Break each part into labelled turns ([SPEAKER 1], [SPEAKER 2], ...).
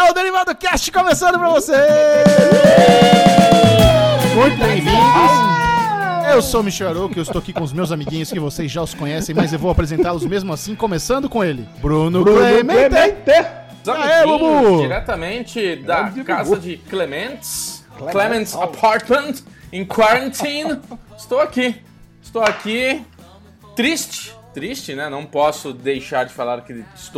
[SPEAKER 1] o Derivado Cast começando pra vocês! Muito bem-vindos! Eu sou o Michel Arouca, eu estou aqui com os meus amiguinhos que vocês já os conhecem, mas eu vou apresentá-los mesmo assim, começando com ele, Bruno Clemente!
[SPEAKER 2] Aê, Bubu! Diretamente da casa de Clements Apartment, in quarantine. Estou aqui triste, né? Não posso deixar de falar que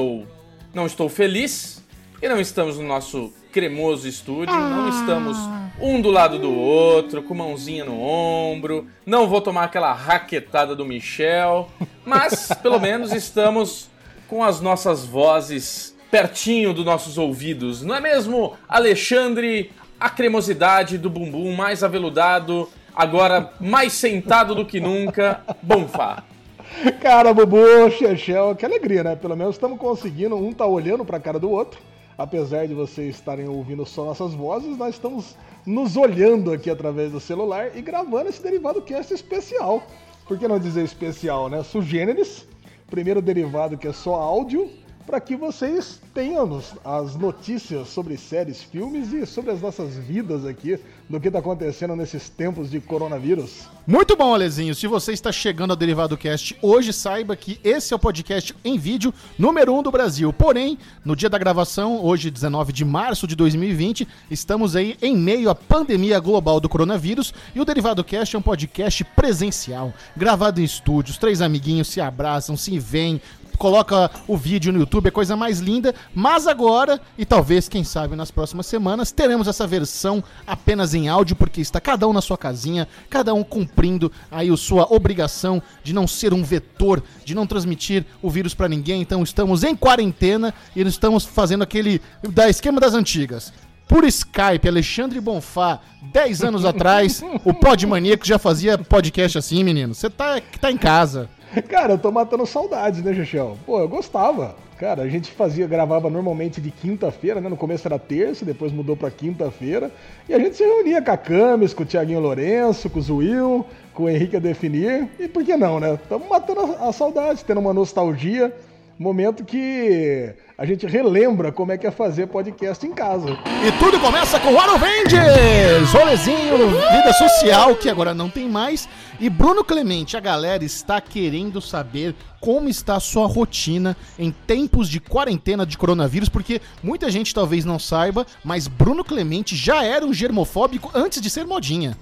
[SPEAKER 2] não estou feliz, e não estamos no nosso cremoso estúdio, não estamos um do lado do outro, com mãozinha no ombro, não vou tomar aquela raquetada do Michel, mas pelo menos estamos com as nossas vozes pertinho dos nossos ouvidos, não é mesmo, Alexandre? A cremosidade do bumbum mais aveludado, agora mais sentado do que nunca, Bonfá.
[SPEAKER 3] Cara, Bubu, Chechel, que alegria, né? Pelo menos estamos conseguindo, um tá olhando pra cara do outro. Apesar de vocês estarem ouvindo só nossas vozes, nós estamos nos olhando aqui através do celular e gravando esse Derivado Cast especial. Por que não dizer especial, né? Sugêneres, primeiro derivado que é só áudio, para que vocês tenham as notícias sobre séries, filmes e sobre as nossas vidas aqui, do que está acontecendo nesses tempos de coronavírus.
[SPEAKER 1] Muito bom, Alezinho. Se você está chegando ao Derivado Cast hoje, saiba que esse é o podcast em vídeo número 1 do Brasil. Porém, no dia da gravação, hoje 19 de março de 2020, estamos aí em meio à pandemia global do coronavírus e o Derivado Cast é um podcast presencial, gravado em estúdios, 3 amiguinhos se abraçam, se veem, coloca o vídeo no YouTube, é coisa mais linda, mas agora, e talvez, quem sabe, nas próximas semanas, teremos essa versão apenas em áudio, porque está cada um na sua casinha, cada um cumprindo aí a sua obrigação de não ser um vetor, de não transmitir o vírus para ninguém, então estamos em quarentena e estamos fazendo aquele da esquema das antigas. Por Skype, Alexandre Bonfá, 10 anos atrás, o Podmaníaco já fazia podcast assim, menino, você tá em casa.
[SPEAKER 3] Cara, eu tô matando saudades, né, Chechel? Pô, eu gostava. Cara, a gente gravava normalmente de quinta-feira, né? No começo era terça, depois mudou pra quinta-feira. E a gente se reunia com a Camis, com o Thiaguinho Lourenço, com o Zuil, com o Henrique a Definir. E por que não, né? Tamo matando a saudade, tendo uma nostalgia. Momento que a gente relembra como é que é fazer podcast em casa.
[SPEAKER 1] E tudo começa com o Arovengers! Rolezinho, vida social, que agora não tem mais. E Bruno Clemente, a galera está querendo saber como está a sua rotina em tempos de quarentena de coronavírus, porque muita gente talvez não saiba, mas Bruno Clemente já era um germofóbico antes de ser modinha.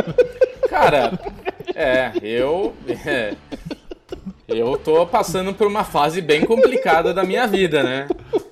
[SPEAKER 2] Cara, eu tô passando por uma fase bem complicada da minha vida, né?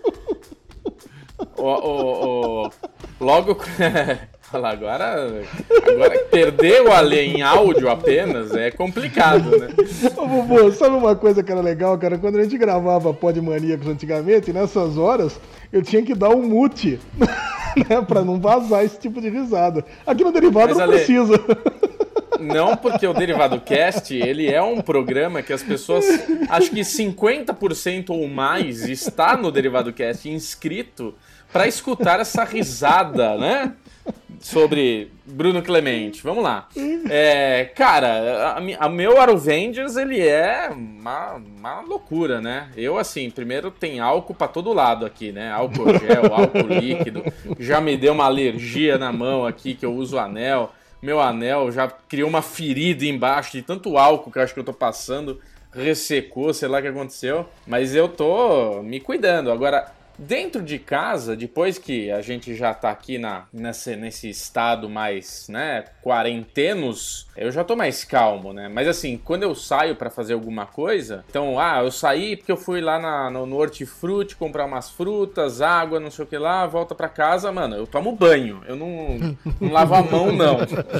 [SPEAKER 2] Logo... Agora perder o Ale em áudio apenas é complicado, né?
[SPEAKER 3] Ô, Bubu, sabe uma coisa que era legal, cara? Quando a gente gravava Podmaníacos antigamente, nessas horas, eu tinha que dar um mute, né? Pra não vazar esse tipo de risada. Aqui no Derivado não precisa.
[SPEAKER 2] Não, porque o Derivado Cast, ele é um programa que as pessoas, acho que 50% ou mais está no Derivado Cast inscrito para escutar essa risada, né? Sobre Bruno Clemente. Vamos lá. Cara, a meu Arovengers, ele é uma loucura, né? Eu, assim, primeiro tem álcool pra todo lado aqui, né? Álcool gel, álcool líquido. Já me deu uma alergia na mão aqui, que eu uso anel. Meu anel já criou uma ferida embaixo de tanto álcool que eu acho que eu tô passando. Ressecou, sei lá o que aconteceu. Mas eu tô me cuidando. Agora, dentro de casa, depois que a gente já tá aqui nesse estado mais, né, quarentenos, eu já tô mais calmo, né? Mas assim, quando eu saio pra fazer alguma coisa, então, eu saí porque eu fui lá no Hortifruti comprar umas frutas, água, não sei o que lá, volta pra casa, mano, eu tomo banho, eu não lavo a mão, não.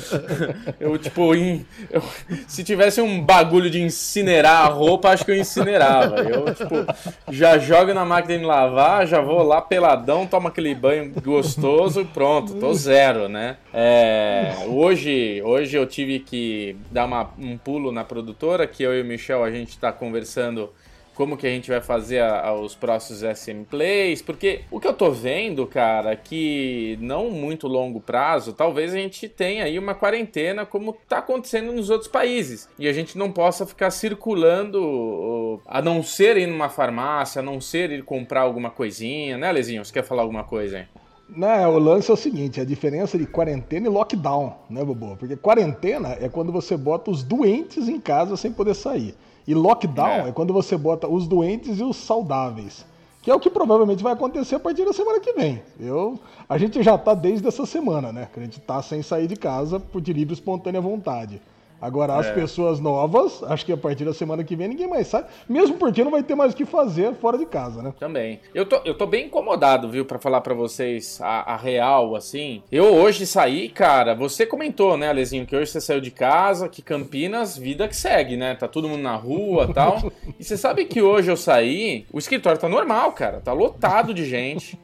[SPEAKER 2] Se tivesse um bagulho de incinerar a roupa, acho que eu incinerava. Eu, já jogo na máquina de lavar, já vou lá peladão, tomo aquele banho gostoso e pronto, tô zero, né? Hoje eu tive que dar um pulo na produtora, que eu e o Michel, a gente tá conversando como que a gente vai fazer os próximos SM Plays, porque o que eu tô vendo, cara, é que não muito longo prazo, talvez a gente tenha aí uma quarentena como tá acontecendo nos outros países, e a gente não possa ficar circulando, a não ser ir numa farmácia, a não ser ir comprar alguma coisinha, né, Lezinho? Você quer falar alguma coisa aí?
[SPEAKER 3] Não, o lance é o seguinte, a diferença de quarentena e lockdown, né, Bobo? Porque quarentena é quando você bota os doentes em casa sem poder sair. E lockdown é quando você bota os doentes e os saudáveis. Que é o que provavelmente vai acontecer a partir da semana que vem. A gente já tá desde essa semana, né? Que a gente tá sem sair de casa por de livre e espontânea vontade. Agora, as pessoas novas, acho que a partir da semana que vem ninguém mais sai, mesmo porque não vai ter mais o que fazer fora de casa, né?
[SPEAKER 2] Também. Eu tô bem incomodado, viu, pra falar pra vocês a real, assim. Eu hoje saí, cara, você comentou, né, Alezinho, que hoje você saiu de casa, que Campinas, vida que segue, né? Tá todo mundo na rua e tal. E você sabe que hoje eu saí, o escritório tá normal, cara, tá lotado de gente.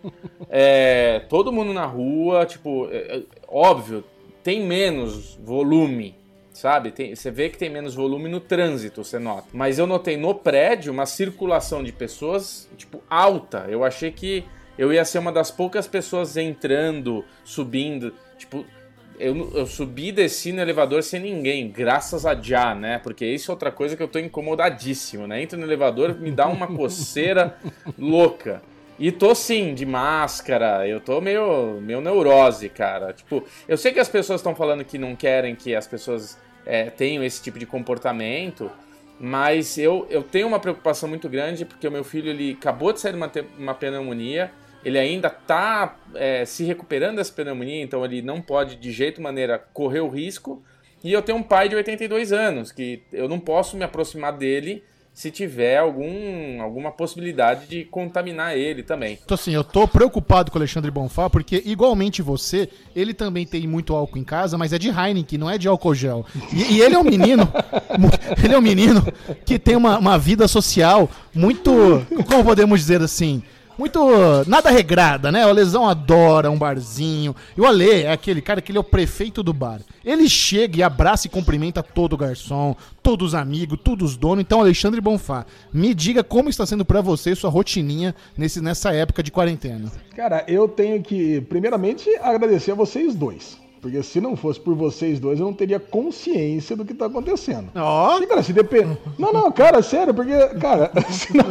[SPEAKER 2] Todo mundo na rua, tipo, óbvio, tem menos volume, sabe? Você vê que tem menos volume no trânsito, você nota. Mas eu notei no prédio uma circulação de pessoas, tipo, alta. Eu achei que eu ia ser uma das poucas pessoas entrando, subindo. Tipo, eu subi e desci no elevador sem ninguém, graças a Já, né? Porque isso é outra coisa que eu tô incomodadíssimo, né? Entro no elevador, me dá uma coceira louca. E tô sim, de máscara, eu tô meio neurose, cara. Tipo, eu sei que as pessoas estão falando que não querem que as pessoas tenham esse tipo de comportamento, mas eu tenho uma preocupação muito grande porque o meu filho, ele acabou de sair de uma pneumonia, ele ainda tá se recuperando dessa pneumonia, então ele não pode de jeito maneira correr o risco. E eu tenho um pai de 82 anos, que eu não posso me aproximar dele se tiver alguma possibilidade de contaminar ele também.
[SPEAKER 1] Então, assim, eu tô preocupado com o Alexandre Bonfá, porque, igualmente você, ele também tem muito álcool em casa, mas é de Heineken, não é de álcool gel. E ele é um menino, ele é um menino que tem uma vida social muito, como podemos dizer assim, muito nada regrada, né? O Alesão adora um barzinho. E o Ale é aquele cara que ele é o prefeito do bar. Ele chega e abraça e cumprimenta todo o garçom, todos os amigos, todos os donos. Então, Alexandre Bonfá, me diga como está sendo pra você sua rotininha nessa época de quarentena.
[SPEAKER 3] Cara, eu tenho que, primeiramente, agradecer a vocês dois. Porque se não fosse por vocês dois, eu não teria consciência do que tá acontecendo.
[SPEAKER 1] Ó!
[SPEAKER 3] Cara, se depende... Não, cara, sério, porque, cara... Senão...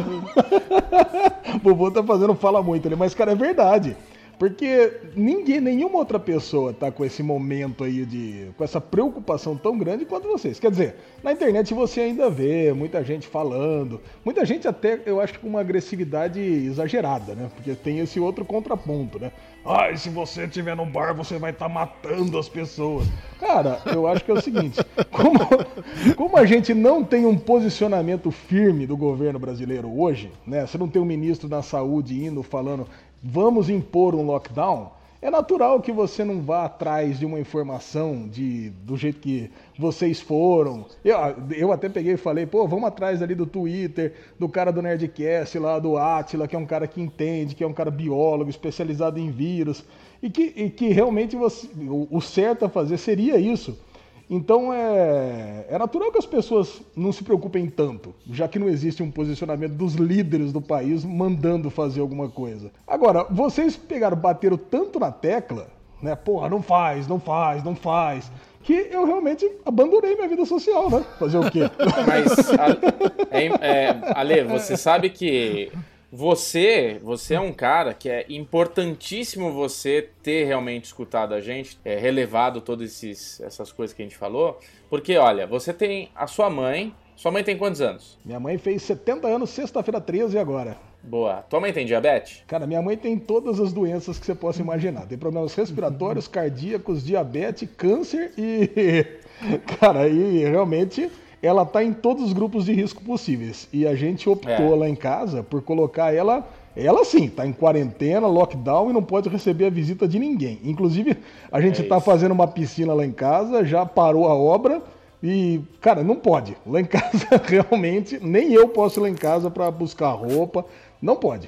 [SPEAKER 3] O Bubu tá fazendo fala muito ali, mas, cara, é verdade. Porque nenhuma outra pessoa tá com esse momento aí com essa preocupação tão grande quanto vocês. Quer dizer, na internet você ainda vê muita gente falando, muita gente até, eu acho que com uma agressividade exagerada, né? Porque tem esse outro contraponto, né? E se você estiver no bar, você vai estar matando as pessoas. Cara, eu acho que é o seguinte, como a gente não tem um posicionamento firme do governo brasileiro hoje, né? Você não tem um ministro da saúde indo falando... Vamos impor um lockdown, é natural que você não vá atrás de uma informação do jeito que vocês foram. Eu até peguei e falei, vamos atrás ali do Twitter, do cara do Nerdcast lá, do Átila, que é um cara que entende, que é um cara biólogo, especializado em vírus, e que realmente o certo a fazer seria isso. Então é natural que as pessoas não se preocupem tanto, já que não existe um posicionamento dos líderes do país mandando fazer alguma coisa. Agora, vocês bateram tanto na tecla, né? Não faz, que eu realmente abandonei minha vida social, né? Fazer o quê?
[SPEAKER 2] Mas, Ale, você sabe que você é um cara que é importantíssimo você ter realmente escutado a gente, relevado todas essas coisas que a gente falou, porque, olha, você tem a sua mãe tem quantos anos?
[SPEAKER 3] Minha mãe fez 70 anos, sexta-feira 13 agora.
[SPEAKER 2] Boa. Tua mãe tem diabetes?
[SPEAKER 3] Cara, minha mãe tem todas as doenças que você possa imaginar. Tem problemas respiratórios, cardíacos, diabetes, câncer e... Cara, aí realmente... Ela tá em todos os grupos de risco possíveis. E a gente optou lá em casa por colocar ela sim, tá em quarentena, lockdown e não pode receber a visita de ninguém. Inclusive, a gente tá fazendo uma piscina lá em casa, já parou a obra e, cara, não pode. Lá em casa, realmente, nem eu posso ir lá em casa para buscar roupa. Não pode.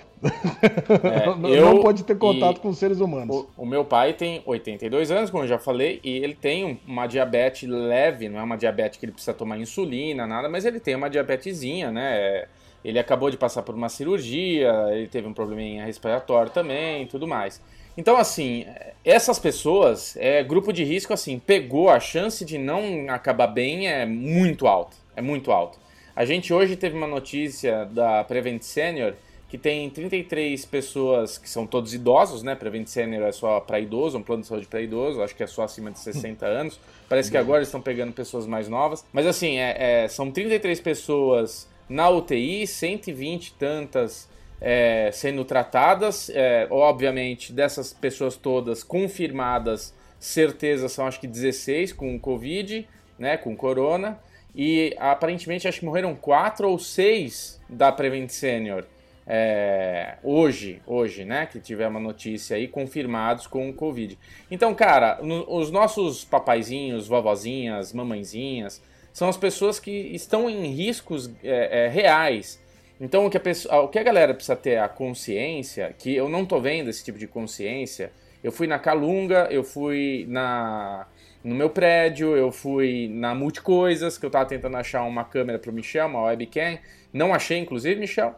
[SPEAKER 3] Não pode ter contato com seres humanos.
[SPEAKER 2] O meu pai tem 82 anos, como eu já falei, e ele tem uma diabetes leve, não é uma diabetes que ele precisa tomar insulina, nada, mas ele tem uma diabetesinha, né? Ele acabou de passar por uma cirurgia, ele teve um probleminha respiratório também e tudo mais. Então, assim, essas pessoas, grupo de risco, assim, pegou a chance de não acabar bem é muito alta. É muito alta. A gente hoje teve uma notícia da Prevent Senior que tem 33 pessoas que são todos idosos, né? Prevent Senior é só para idoso, um plano de saúde para idoso, acho que é só acima de 60 anos. Parece que agora eles estão pegando pessoas mais novas. Mas assim, são 33 pessoas na UTI, 120 e tantas sendo tratadas. Obviamente, dessas pessoas todas confirmadas, certeza são acho que 16 com Covid, né? Com Corona. E aparentemente acho que morreram 4 ou 6 da Prevent Senior. Hoje, né, que tiver uma notícia aí, confirmados com o Covid. Então, cara, os nossos papaizinhos, vovozinhas, mamãezinhas, são as pessoas que estão em riscos reais. Então, o que a galera precisa ter a consciência, que eu não tô vendo esse tipo de consciência, eu fui na Calunga, eu fui no meu prédio, eu fui na Multicoisas, que eu tava tentando achar uma câmera pro Michel, uma webcam, não achei, inclusive, Michel.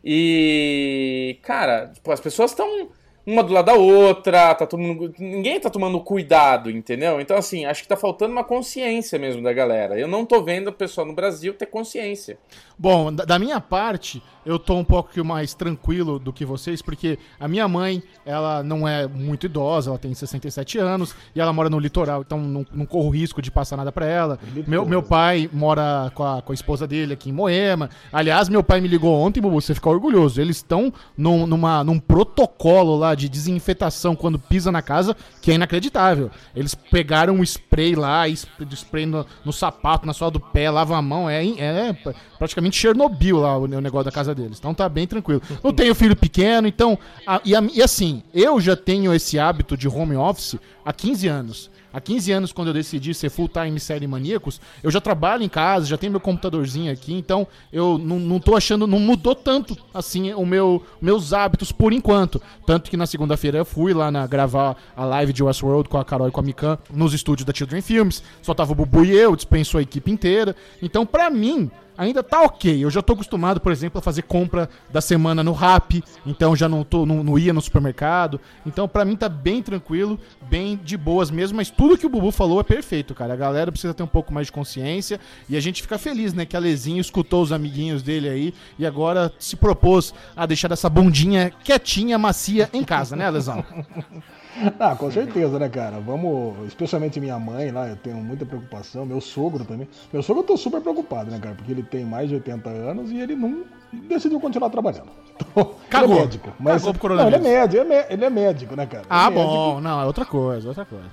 [SPEAKER 2] E, cara, tipo, as pessoas estão uma do lado da outra, ninguém tá tomando cuidado, entendeu? Então, assim, acho que tá faltando uma consciência mesmo da galera. Eu não tô vendo o pessoal no Brasil ter consciência.
[SPEAKER 1] Bom, da minha parte, eu tô um pouco mais tranquilo do que vocês, porque a minha mãe, ela não é muito idosa, ela tem 67 anos, e ela mora no litoral, então não corro risco de passar nada pra ela. Meu pai mora com a esposa dele aqui em Moema. Aliás, meu pai me ligou ontem, Bubu, você fica orgulhoso. Eles estão num protocolo lá de desinfetação quando pisa na casa, que é inacreditável. Eles pegaram um spray lá, spray no sapato, na sola do pé, lavam a mão, praticamente Chernobyl lá o negócio da casa deles. Então tá bem tranquilo. Eu tenho filho pequeno, então... E assim, eu já tenho esse hábito de home office há 15 anos. Há 15 anos, quando eu decidi ser full-time série Maníacos, eu já trabalho em casa, já tenho meu computadorzinho aqui, então eu não tô achando, não mudou tanto, assim, meus hábitos por enquanto. Tanto que na segunda-feira eu fui lá gravar a live de Westworld com a Carol e com a Mikan nos estúdios da Children Films, só tava o Bubu e eu, dispensou a equipe inteira. Então, pra mim, ainda tá ok. Eu já tô acostumado, por exemplo, a fazer compra da semana no Rappi, então já não ia no supermercado. Então, pra mim, tá bem tranquilo, bem de boas mesmo, mas tudo que o Bubu falou é perfeito, cara. A galera precisa ter um pouco mais de consciência e a gente fica feliz, né, que a Lezinho escutou os amiguinhos dele aí e agora se propôs a deixar essa bundinha quietinha, macia em casa, né, Lesão?
[SPEAKER 3] Com certeza, né, cara? Especialmente minha mãe lá, eu tenho muita preocupação, meu sogro também. Meu sogro eu tô super preocupado, né, cara? Porque ele tem mais de 80 anos e ele não decidiu continuar trabalhando. Então,
[SPEAKER 1] cagou.
[SPEAKER 3] Ele é médico. Mas,
[SPEAKER 1] cagou pro coronavírus.
[SPEAKER 3] Não, ele é médico, né, cara?
[SPEAKER 1] Bom, não, é outra coisa.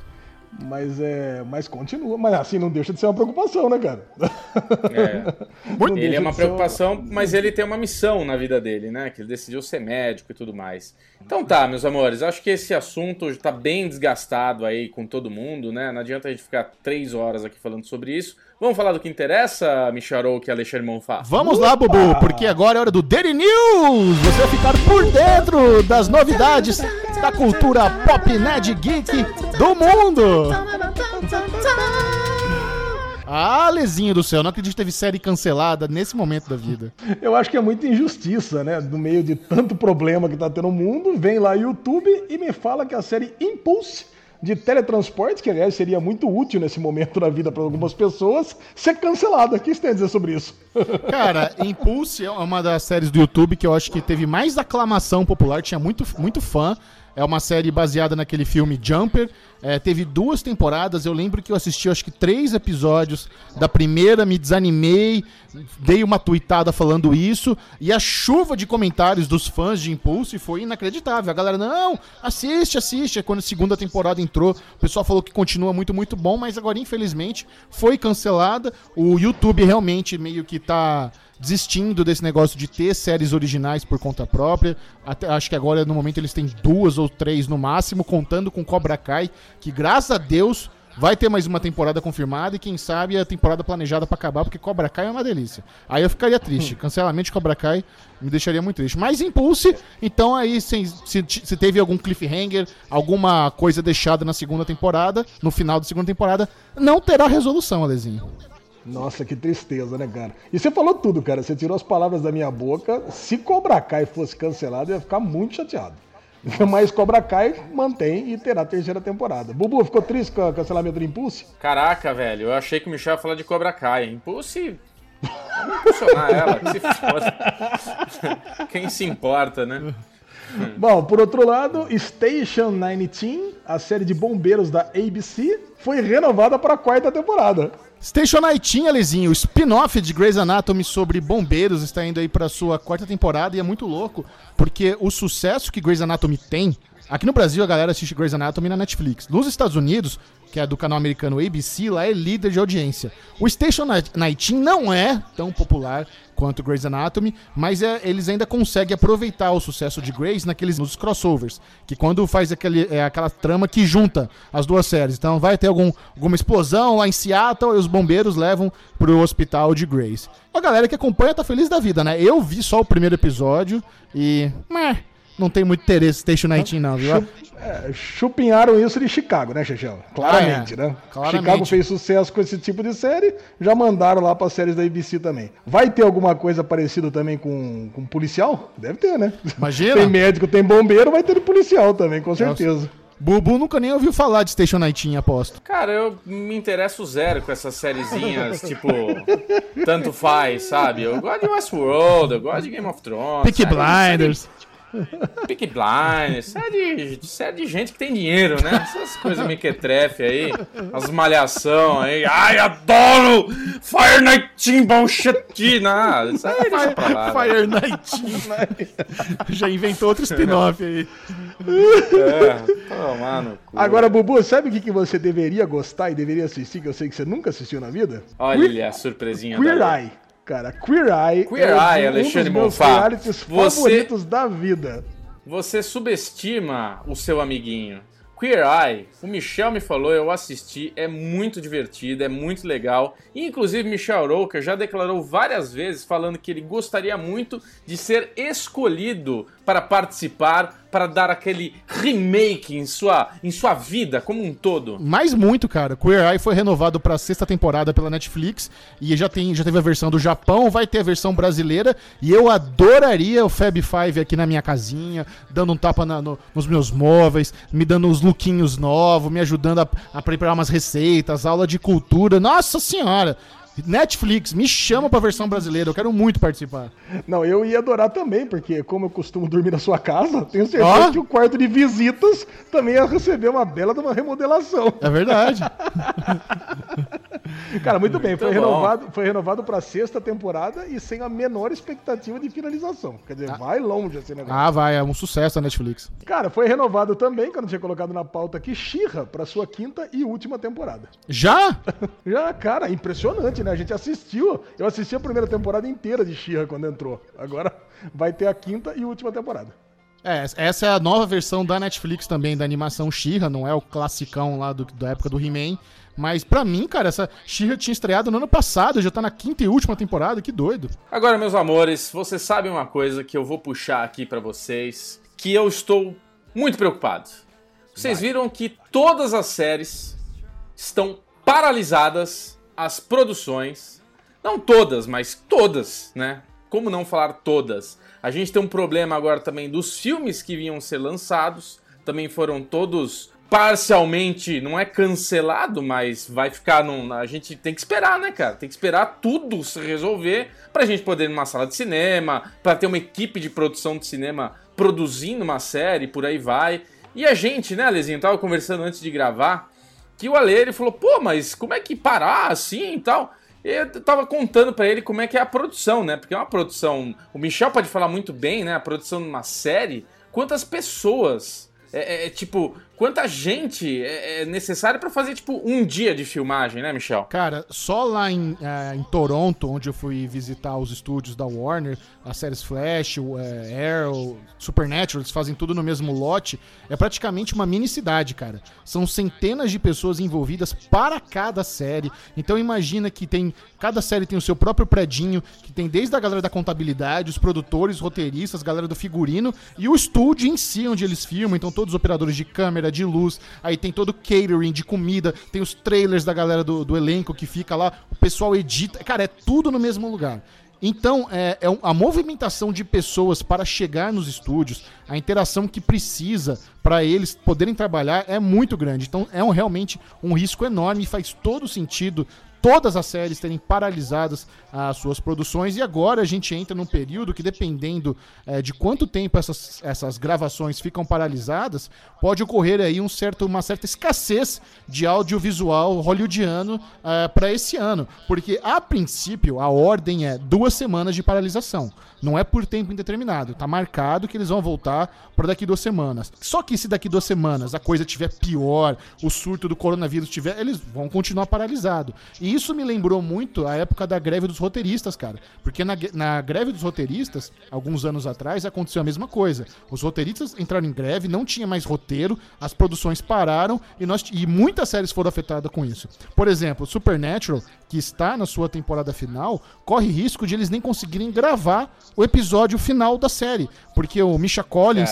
[SPEAKER 3] Mas continua. Mas assim, não deixa de ser uma preocupação, né, cara?
[SPEAKER 2] Ele é uma preocupação, mas ele tem uma missão na vida dele, né? Que ele decidiu ser médico e tudo mais. Então tá, meus amores, acho que esse assunto tá bem desgastado aí com todo mundo, né? Não adianta a gente ficar 3 horas aqui falando sobre isso. Vamos falar do que interessa, Michael, que Alexandre Monfá?
[SPEAKER 1] Vamos lá, Bubu, porque agora é hora do Daily News! Você vai ficar por dentro das novidades da cultura pop, nerd, geek do mundo! Lezinho do céu, não acredito que teve série cancelada nesse momento da vida.
[SPEAKER 3] Eu acho que é muita injustiça, né? No meio de tanto problema que tá tendo no mundo, vem lá o YouTube e me fala que a série Impulse de teletransporte, que aliás seria muito útil nesse momento da vida para algumas pessoas, ser cancelada. O que você tem a dizer sobre isso?
[SPEAKER 1] Cara, Impulse é uma das séries do YouTube que eu acho que teve mais aclamação popular, tinha muito fã. É uma série baseada naquele filme Jumper. Teve 2 temporadas. Eu lembro que eu assisti, acho que 3 episódios da primeira, me desanimei, dei uma tuitada falando isso. E a chuva de comentários dos fãs de Impulse foi inacreditável. A galera, não, assiste. Quando a segunda temporada entrou, o pessoal falou que continua muito, muito bom. Mas agora, infelizmente, foi cancelada. O YouTube realmente meio que tá desistindo desse negócio de ter séries originais por conta própria. Acho que agora, no momento, eles têm 2 ou 3 no máximo, contando com Cobra Kai, que, graças a Deus, vai ter mais uma temporada confirmada e, quem sabe, a temporada planejada pra acabar, porque Cobra Kai é uma delícia. Aí eu ficaria triste. Cancelamento de Cobra Kai me deixaria muito triste. Mas Impulse, então aí, se teve algum cliffhanger, alguma coisa deixada na segunda temporada, no final da segunda temporada, não terá resolução, Alezinho.
[SPEAKER 3] Nossa, que tristeza, né, cara? E você falou tudo, cara. Você tirou as palavras da minha boca. Se Cobra Kai fosse cancelado, eu ia ficar muito chateado. Mas Cobra Kai mantém e terá a 3ª temporada. Bubu, ficou triste com o cancelamento do Impulse?
[SPEAKER 2] Caraca, velho, eu achei que o Michel ia falar de Cobra Kai. Impulse... Vamos impulsionar ela, que se foda. Quem se importa, né?
[SPEAKER 3] Bom, por outro lado, Station 19, a série de bombeiros da ABC, foi renovada para a 4ª temporada.
[SPEAKER 1] Station 19, Alezinho, o spin-off de Grey's Anatomy sobre bombeiros está indo aí para sua 4ª temporada e é muito louco, porque o sucesso que Grey's Anatomy tem... Aqui no Brasil a galera assiste Grey's Anatomy na Netflix. Nos Estados Unidos, que é do canal americano ABC, lá é líder de audiência. O Station 19 não é tão popular quanto Grey's Anatomy, mas eles ainda conseguem aproveitar o sucesso de Grey's nos crossovers, que quando faz aquela trama que junta as duas séries. Então vai ter alguma explosão lá em Seattle e os bombeiros levam pro hospital de Grey's. A galera que acompanha tá feliz da vida, né? Eu vi só o primeiro episódio e... não tem muito interesse Station 19 não, viu?
[SPEAKER 3] Chupinharam isso de Chicago, né, Chechel? Claramente, né? Claramente. Chicago fez sucesso com esse tipo de série, já mandaram lá para as séries da ABC também. Vai ter alguma coisa parecida também com policial? Deve ter, né?
[SPEAKER 1] Imagina.
[SPEAKER 3] Tem médico, tem bombeiro, vai ter de policial também, com certeza.
[SPEAKER 1] Nossa. Bubu nunca nem ouviu falar de Station 19, aposto.
[SPEAKER 2] Cara, eu me interesso zero com essas sériezinhas, tipo, tanto faz, sabe? Eu gosto de Westworld, eu gosto de Game of Thrones.
[SPEAKER 1] Peaky Blinders.
[SPEAKER 2] Peaky Blinders, série de gente que tem dinheiro, né? Essas coisas mequetrefe aí, as malhação aí. Ai, adoro! Fire 19 bullshit! Não, isso aí deixa pra lá.
[SPEAKER 1] Fire 19. Já inventou outro spin-off aí.
[SPEAKER 2] Tomar no cu.
[SPEAKER 3] Agora, Bubu, sabe o que você deveria gostar e deveria assistir, que eu sei que você nunca assistiu na vida?
[SPEAKER 2] Olha a surpresinha.
[SPEAKER 3] Queer Eye. Cara, Queer Eye
[SPEAKER 2] é
[SPEAKER 3] um dos meus realities favoritos da vida.
[SPEAKER 2] Você subestima o seu amiguinho. Queer Eye, o Michel me falou, eu assisti, é muito divertido, é muito legal. E, inclusive, Michel Roker já declarou várias vezes falando que ele gostaria muito de ser escolhido para participar, para dar aquele remake em sua vida como um todo.
[SPEAKER 1] Mas muito, cara. Queer Eye foi renovado para a 6ª temporada pela Netflix e já teve a versão do Japão, vai ter a versão brasileira e eu adoraria o Fab Five aqui na minha casinha, dando um tapa nos meus móveis, me dando uns lookinhos novos, me ajudando a preparar umas receitas, aula de cultura. Nossa senhora! Netflix, me chama pra versão brasileira, eu quero muito participar.
[SPEAKER 3] Não, eu ia adorar também, porque como eu costumo dormir na sua casa, tenho certeza que o quarto de visitas também ia receber uma bela de uma remodelação.
[SPEAKER 1] É verdade.
[SPEAKER 3] Cara, muito bem, foi renovado pra 6ª temporada e sem a menor expectativa de finalização. Quer dizer, vai longe esse negócio.
[SPEAKER 1] Vai, é um sucesso a Netflix.
[SPEAKER 3] Cara, foi renovado também, que eu não tinha colocado na pauta aqui, She-Ra pra sua 5ª e última temporada.
[SPEAKER 1] Já?
[SPEAKER 3] Já, cara, impressionante, né? A gente assistiu, eu assisti a primeira temporada inteira de She-Ra quando entrou. Agora vai ter a 5ª e última temporada.
[SPEAKER 1] Essa é a nova versão da Netflix também, da animação She-Ra, não é o classicão lá da época do He-Man. Mas pra mim, cara, essa She-Ra tinha estreado no ano passado, já tá na 5ª e última temporada, que doido.
[SPEAKER 2] Agora, meus amores, vocês sabem uma coisa que eu vou puxar aqui pra vocês, que eu estou muito preocupado. Vocês viram que todas as séries estão paralisadas, as produções, não todas, mas todas, né? Como não falar todas? A gente tem um problema agora também dos filmes que vinham ser lançados, também foram todos parcialmente, não é cancelado, mas vai ficar a gente tem que esperar, né, cara? Tem que esperar tudo se resolver pra gente poder ir numa sala de cinema, pra ter uma equipe de produção de cinema produzindo uma série, por aí vai. E a gente, né, Alezinho, tava conversando antes de gravar, que o Ale, ele falou, pô, mas como é que parar assim e tal? Eu tava contando pra ele como é que é a produção, né? Porque é uma produção... O Michel pode falar muito bem, né? A produção de uma série. Quantas pessoas... tipo, quanta gente é necessária pra fazer, tipo, um dia de filmagem, né, Michel?
[SPEAKER 1] Cara, só lá em Toronto, onde eu fui visitar os estúdios da Warner, as séries Flash, Arrow, Supernatural, eles fazem tudo no mesmo lote, é praticamente uma mini cidade, cara. São centenas de pessoas envolvidas para cada série. Então imagina que cada série tem o seu próprio predinho, que tem desde a galera da contabilidade, os produtores, roteiristas, galera do figurino, e o estúdio em si, onde eles filmam, então todos os operadores de câmera, câmera, de luz, aí tem todo o catering de comida, tem os trailers da galera do elenco que fica lá, o pessoal edita, cara, é tudo no mesmo lugar. Então, a movimentação de pessoas para chegar nos estúdios, a interação que precisa para eles poderem trabalhar é muito grande. Então, realmente um risco enorme e faz todo sentido todas as séries terem paralisadas as suas produções, e agora a gente entra num período que, dependendo de quanto tempo essas gravações ficam paralisadas, pode ocorrer aí uma certa escassez de audiovisual hollywoodiano para esse ano, porque a princípio a ordem é 2 semanas de paralisação, não é por tempo indeterminado, tá marcado que eles vão voltar para daqui 2 semanas. Só que se daqui 2 semanas a coisa estiver pior, o surto do coronavírus tiver, eles vão continuar paralisados. E isso me lembrou muito a época da greve dos roteiristas, cara. Porque na greve dos roteiristas, alguns anos atrás, aconteceu a mesma coisa. Os roteiristas entraram em greve, não tinha mais roteiro, as produções pararam e muitas séries foram afetadas com isso. Por exemplo, Supernatural, que está na sua temporada final, corre risco de eles nem conseguirem gravar o episódio final da série. Porque o Misha Collins,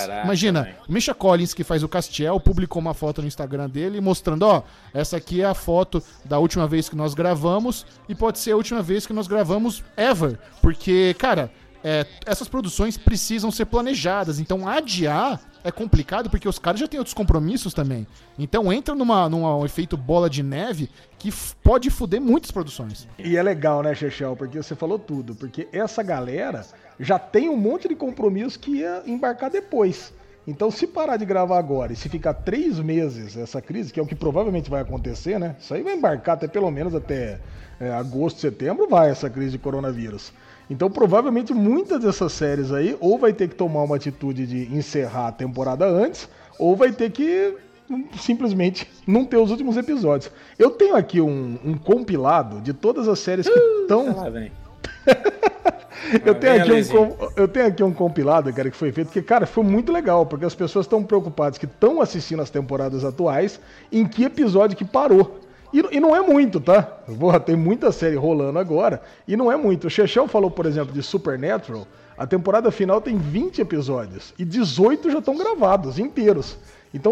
[SPEAKER 1] o Misha Collins, que faz o Castiel, publicou uma foto no Instagram dele mostrando, essa aqui é a foto da última vez que nós gravamos e pode ser a última vez que nós gravamos ever. Porque, cara, essas produções precisam ser planejadas, então adiar é complicado porque os caras já têm outros compromissos também. Então entra num efeito bola de neve que pode foder muitas produções.
[SPEAKER 3] E é legal, né, Chechel? Porque você falou tudo. Porque essa galera já tem um monte de compromisso que ia embarcar depois. Então, se parar de gravar agora e se ficar 3 meses essa crise, que é o que provavelmente vai acontecer, né? Isso aí vai embarcar até pelo menos até agosto, setembro, vai essa crise de coronavírus. Então, provavelmente, muitas dessas séries aí ou vai ter que tomar uma atitude de encerrar a temporada antes, ou vai ter que simplesmente não ter os últimos episódios. Eu tenho aqui um compilado de todas as séries que estão... Eu tenho aqui um compilado, cara, que foi feito, que, cara, foi muito legal, porque as pessoas estão preocupadas que estão assistindo as temporadas atuais, em que episódio que parou. E não é muito, tá? Porra, tem muita série rolando agora, e não é muito. O Chechel falou, por exemplo, de Supernatural, a temporada final tem 20 episódios, e 18 já estão gravados, inteiros. Então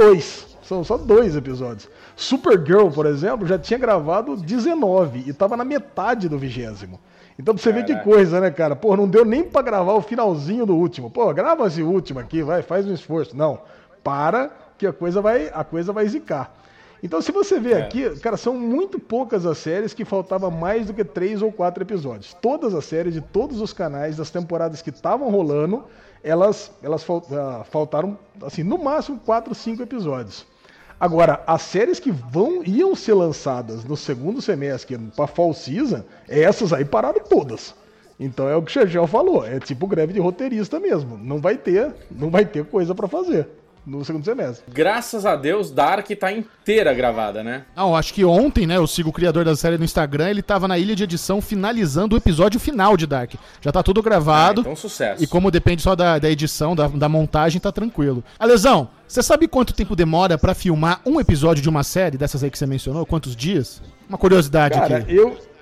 [SPEAKER 3] são só 2 episódios. Supergirl, por exemplo, já tinha gravado 19, e tava na metade do 20º. Então pra você ver que coisa, né, cara? Pô, não deu nem pra gravar o finalzinho do último. Pô, grava esse último aqui, vai, faz um esforço. Não, para que a coisa vai zicar. Então se você ver aqui, cara, são muito poucas as séries que faltava mais do que 3 ou 4 episódios. Todas as séries de todos os canais, das temporadas que estavam rolando, elas faltaram, assim, no máximo 4 ou 5 episódios. Agora, as séries que iam ser lançadas no segundo semestre, pra Fall Season, essas aí pararam todas. Então é o que o Chechel falou, é tipo greve de roteirista mesmo. Não vai ter coisa pra fazer no segundo semestre.
[SPEAKER 2] Graças a Deus, Dark tá inteira gravada, né?
[SPEAKER 1] Não, acho que ontem, né, eu sigo o criador da série no Instagram, ele tava na ilha de edição finalizando o episódio final de Dark. Já tá tudo gravado.
[SPEAKER 2] Então sucesso.
[SPEAKER 1] E como depende só da edição, da montagem, tá tranquilo. Alesão, você sabe quanto tempo demora pra filmar um episódio de uma série dessas aí que você mencionou? Quantos dias? Uma curiosidade,
[SPEAKER 3] cara,
[SPEAKER 1] aqui.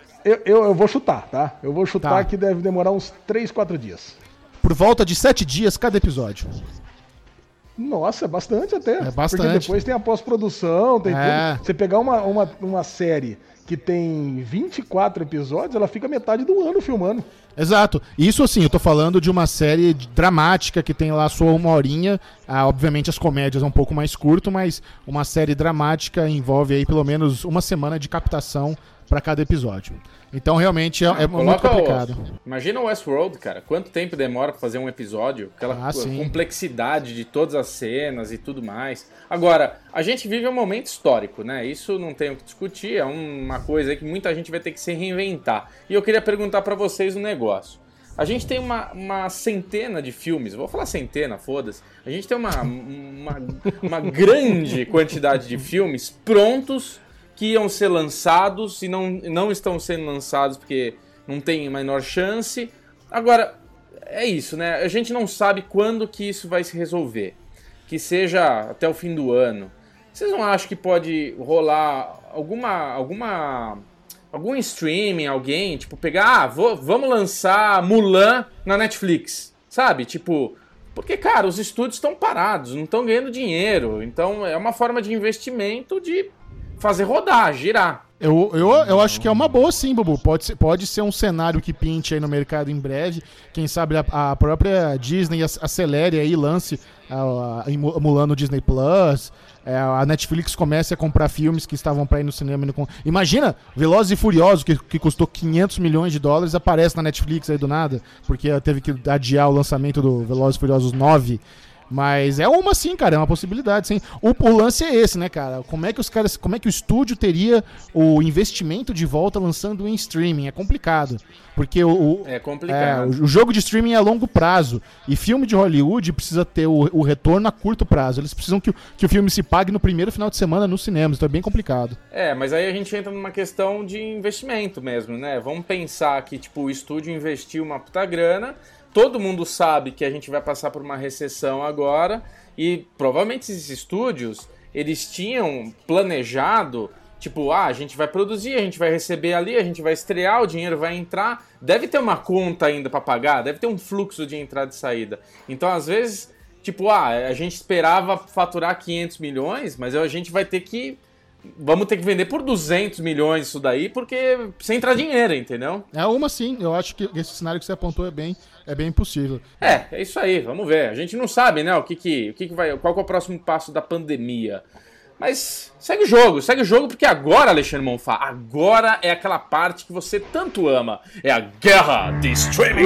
[SPEAKER 3] Eu vou chutar, tá? Eu vou chutar que deve demorar uns 3, 4 dias.
[SPEAKER 1] Por volta de 7 dias cada episódio.
[SPEAKER 3] Nossa, é bastante até.
[SPEAKER 1] É bastante.
[SPEAKER 3] Porque depois tem a pós-produção, tem tudo. Você pegar uma série que tem 24 episódios, ela fica metade do ano filmando.
[SPEAKER 1] Exato. Isso, assim, eu tô falando de uma série dramática que tem lá a sua 1 horinha. Obviamente as comédias é um pouco mais curto, mas uma série dramática envolve aí pelo menos 1 semana de captação para cada episódio. Então realmente é muito complicado.
[SPEAKER 2] Imagina o Westworld, cara. Quanto tempo demora pra fazer um episódio? Aquela complexidade de todas as cenas e tudo mais. Agora, a gente vive um momento histórico, né? Isso não tem o que discutir. É uma coisa aí que muita gente vai ter que se reinventar. E eu queria perguntar pra vocês um negócio. A gente tem uma centena de filmes, vou falar centena, foda-se. A gente tem uma grande quantidade de filmes prontos que iam ser lançados e não estão sendo lançados porque não tem a menor chance. Agora, é isso, né? A gente não sabe quando que isso vai se resolver. Que seja até o fim do ano. Vocês não acham que pode rolar algum streaming, alguém, tipo, pegar, vamos lançar Mulan na Netflix, sabe? Tipo, Porque, cara, os estúdios estão parados, não estão ganhando dinheiro. Então é uma forma de investimento de fazer rodar, girar.
[SPEAKER 1] Eu acho que é uma boa sim, Bubu. Pode ser um cenário que pinte aí no mercado em breve. Quem sabe a própria Disney acelere aí, lance emulando o Disney Plus. A Netflix comece a comprar filmes que estavam para ir no cinema. Imagina, Velozes e Furiosos, que custou $500 milhões, aparece na Netflix aí do nada, porque teve que adiar o lançamento do Velozes e Furiosos 9. Mas é uma sim, cara, é uma possibilidade, sim. O lance é esse, né, cara? Como é que o estúdio teria o investimento de volta lançando em streaming? É complicado. Porque
[SPEAKER 2] é complicado.
[SPEAKER 1] O jogo de streaming é a longo prazo. E filme de Hollywood precisa ter o retorno a curto prazo. Eles precisam que o filme se pague no primeiro final de semana nos cinemas. Então é bem complicado.
[SPEAKER 2] Mas aí a gente entra numa questão de investimento mesmo, né? Vamos pensar que, tipo, o estúdio investiu uma puta grana. Todo mundo sabe que a gente vai passar por uma recessão agora e provavelmente esses estúdios, eles tinham planejado, tipo, a gente vai produzir, a gente vai receber ali, a gente vai estrear, o dinheiro vai entrar, deve ter uma conta ainda para pagar, deve ter um fluxo de entrada e saída. Então, às vezes, tipo, a gente esperava faturar 500 milhões, mas a gente vai ter que... Vamos ter que vender por 200 milhões isso daí, porque sem entrar dinheiro, entendeu?
[SPEAKER 1] É uma sim, eu acho que esse cenário que você apontou é bem possível.
[SPEAKER 2] É isso aí, vamos ver. A gente não sabe, né, qual que é o próximo passo da pandemia. Mas segue o jogo, porque agora, Alexandre Monfá, agora é aquela parte que você tanto ama. É a guerra de streaming.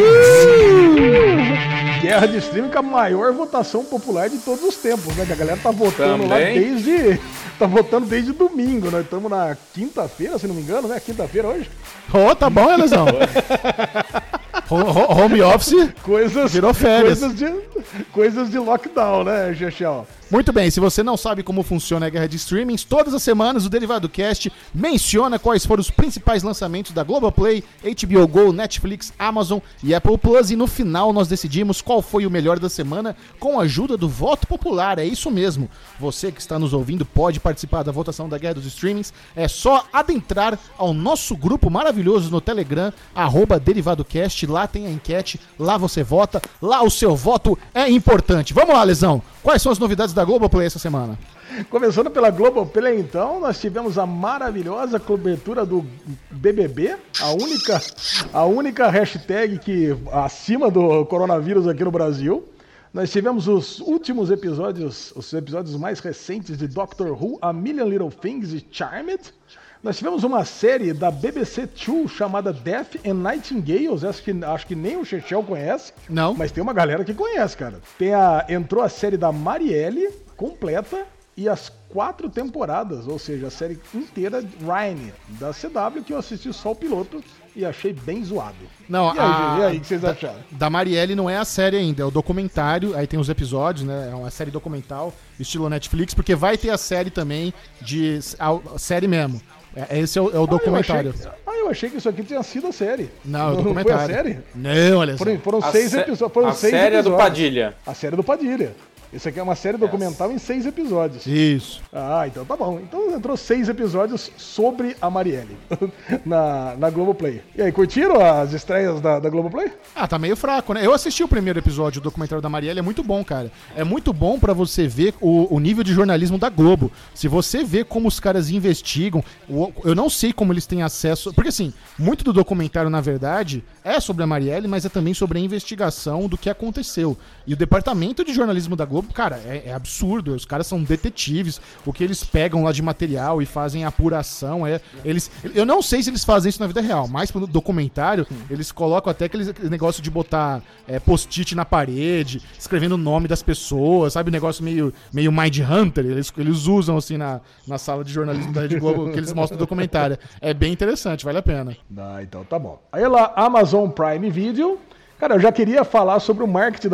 [SPEAKER 3] Guerra de streaming com a maior votação popular de todos os tempos, né? Que a galera tá votando
[SPEAKER 2] também.
[SPEAKER 3] Tá votando desde domingo. Nós estamos na quinta-feira, se não me engano, né? Quinta-feira hoje.
[SPEAKER 1] Tá bom, Elezão. Home office virou férias.
[SPEAKER 3] Coisas de lockdown, né, Chechel?
[SPEAKER 1] Muito bem, se você não sabe como funciona a guerra de streamings, todas as semanas o Derivado Cast menciona quais foram os principais lançamentos da Globoplay, HBO Go, Netflix, Amazon e Apple Plus, e no final nós decidimos qual foi o melhor da semana com a ajuda do voto popular. É isso mesmo, você que está nos ouvindo pode participar da votação da guerra dos streamings, é só adentrar ao nosso grupo maravilhoso no Telegram, @DerivadoCast, lá tem a enquete, lá você vota, lá o seu voto é importante. Vamos lá, Lesão, quais são as novidades da Globoplay essa semana?
[SPEAKER 3] Começando pela Globoplay, então, nós tivemos a maravilhosa cobertura do BBB, a única hashtag que acima do coronavírus aqui no Brasil. Nós tivemos os últimos episódios, os episódios mais recentes de Doctor Who, A Million Little Things e Charmed. Nós tivemos uma série da BBC Two chamada Death and Nightingales, acho que nem o Chechel conhece.
[SPEAKER 1] Não.
[SPEAKER 3] Mas tem uma galera que conhece, cara. Entrou a série da Marielle, completa, e as 4 temporadas, ou seja, a série inteira Ryan, da CW, que eu assisti só o piloto e achei bem zoado.
[SPEAKER 1] Não,
[SPEAKER 3] e aí, o que vocês acharam?
[SPEAKER 1] Da Marielle não é a série ainda, é o documentário, aí tem os episódios, né? É uma série documental, estilo Netflix, porque vai ter a série também, a série mesmo. Esse é o documentário.
[SPEAKER 3] Eu achei que isso aqui tinha sido a série.
[SPEAKER 1] Não, é o documentário.
[SPEAKER 3] Foi a série?
[SPEAKER 1] Não, olha só.
[SPEAKER 3] Foram 6 episódios.
[SPEAKER 2] A série é do Padilha.
[SPEAKER 3] A série do Padilha. Isso aqui é uma série documental em 6 episódios.
[SPEAKER 1] Isso.
[SPEAKER 3] Então tá bom. Então entrou 6 episódios sobre a Marielle na Globoplay. E aí, curtiram as estreias da Globoplay?
[SPEAKER 1] Tá meio fraco, né? Eu assisti o primeiro episódio do documentário da Marielle, é muito bom, cara. É muito bom pra você ver o nível de jornalismo da Globo. Se você vê como os caras investigam, eu não sei como eles têm acesso... Porque, assim, muito do documentário, na verdade, é sobre a Marielle, mas é também sobre a investigação do que aconteceu. E o departamento de jornalismo da Globo, cara, é absurdo. Os caras são detetives. O que eles pegam lá de material e fazem apuração. Eu não sei se eles fazem isso na vida real, mas pro documentário, eles colocam até aquele negócio de botar post-it na parede, escrevendo o nome das pessoas, sabe? Um negócio meio Mind Hunter. Eles usam assim na sala de jornalismo da Rede Globo, que eles mostram no documentário. É bem interessante, vale a pena.
[SPEAKER 3] Então tá bom. Aí lá, Amazon Prime Video. Cara, eu já queria falar sobre o marketing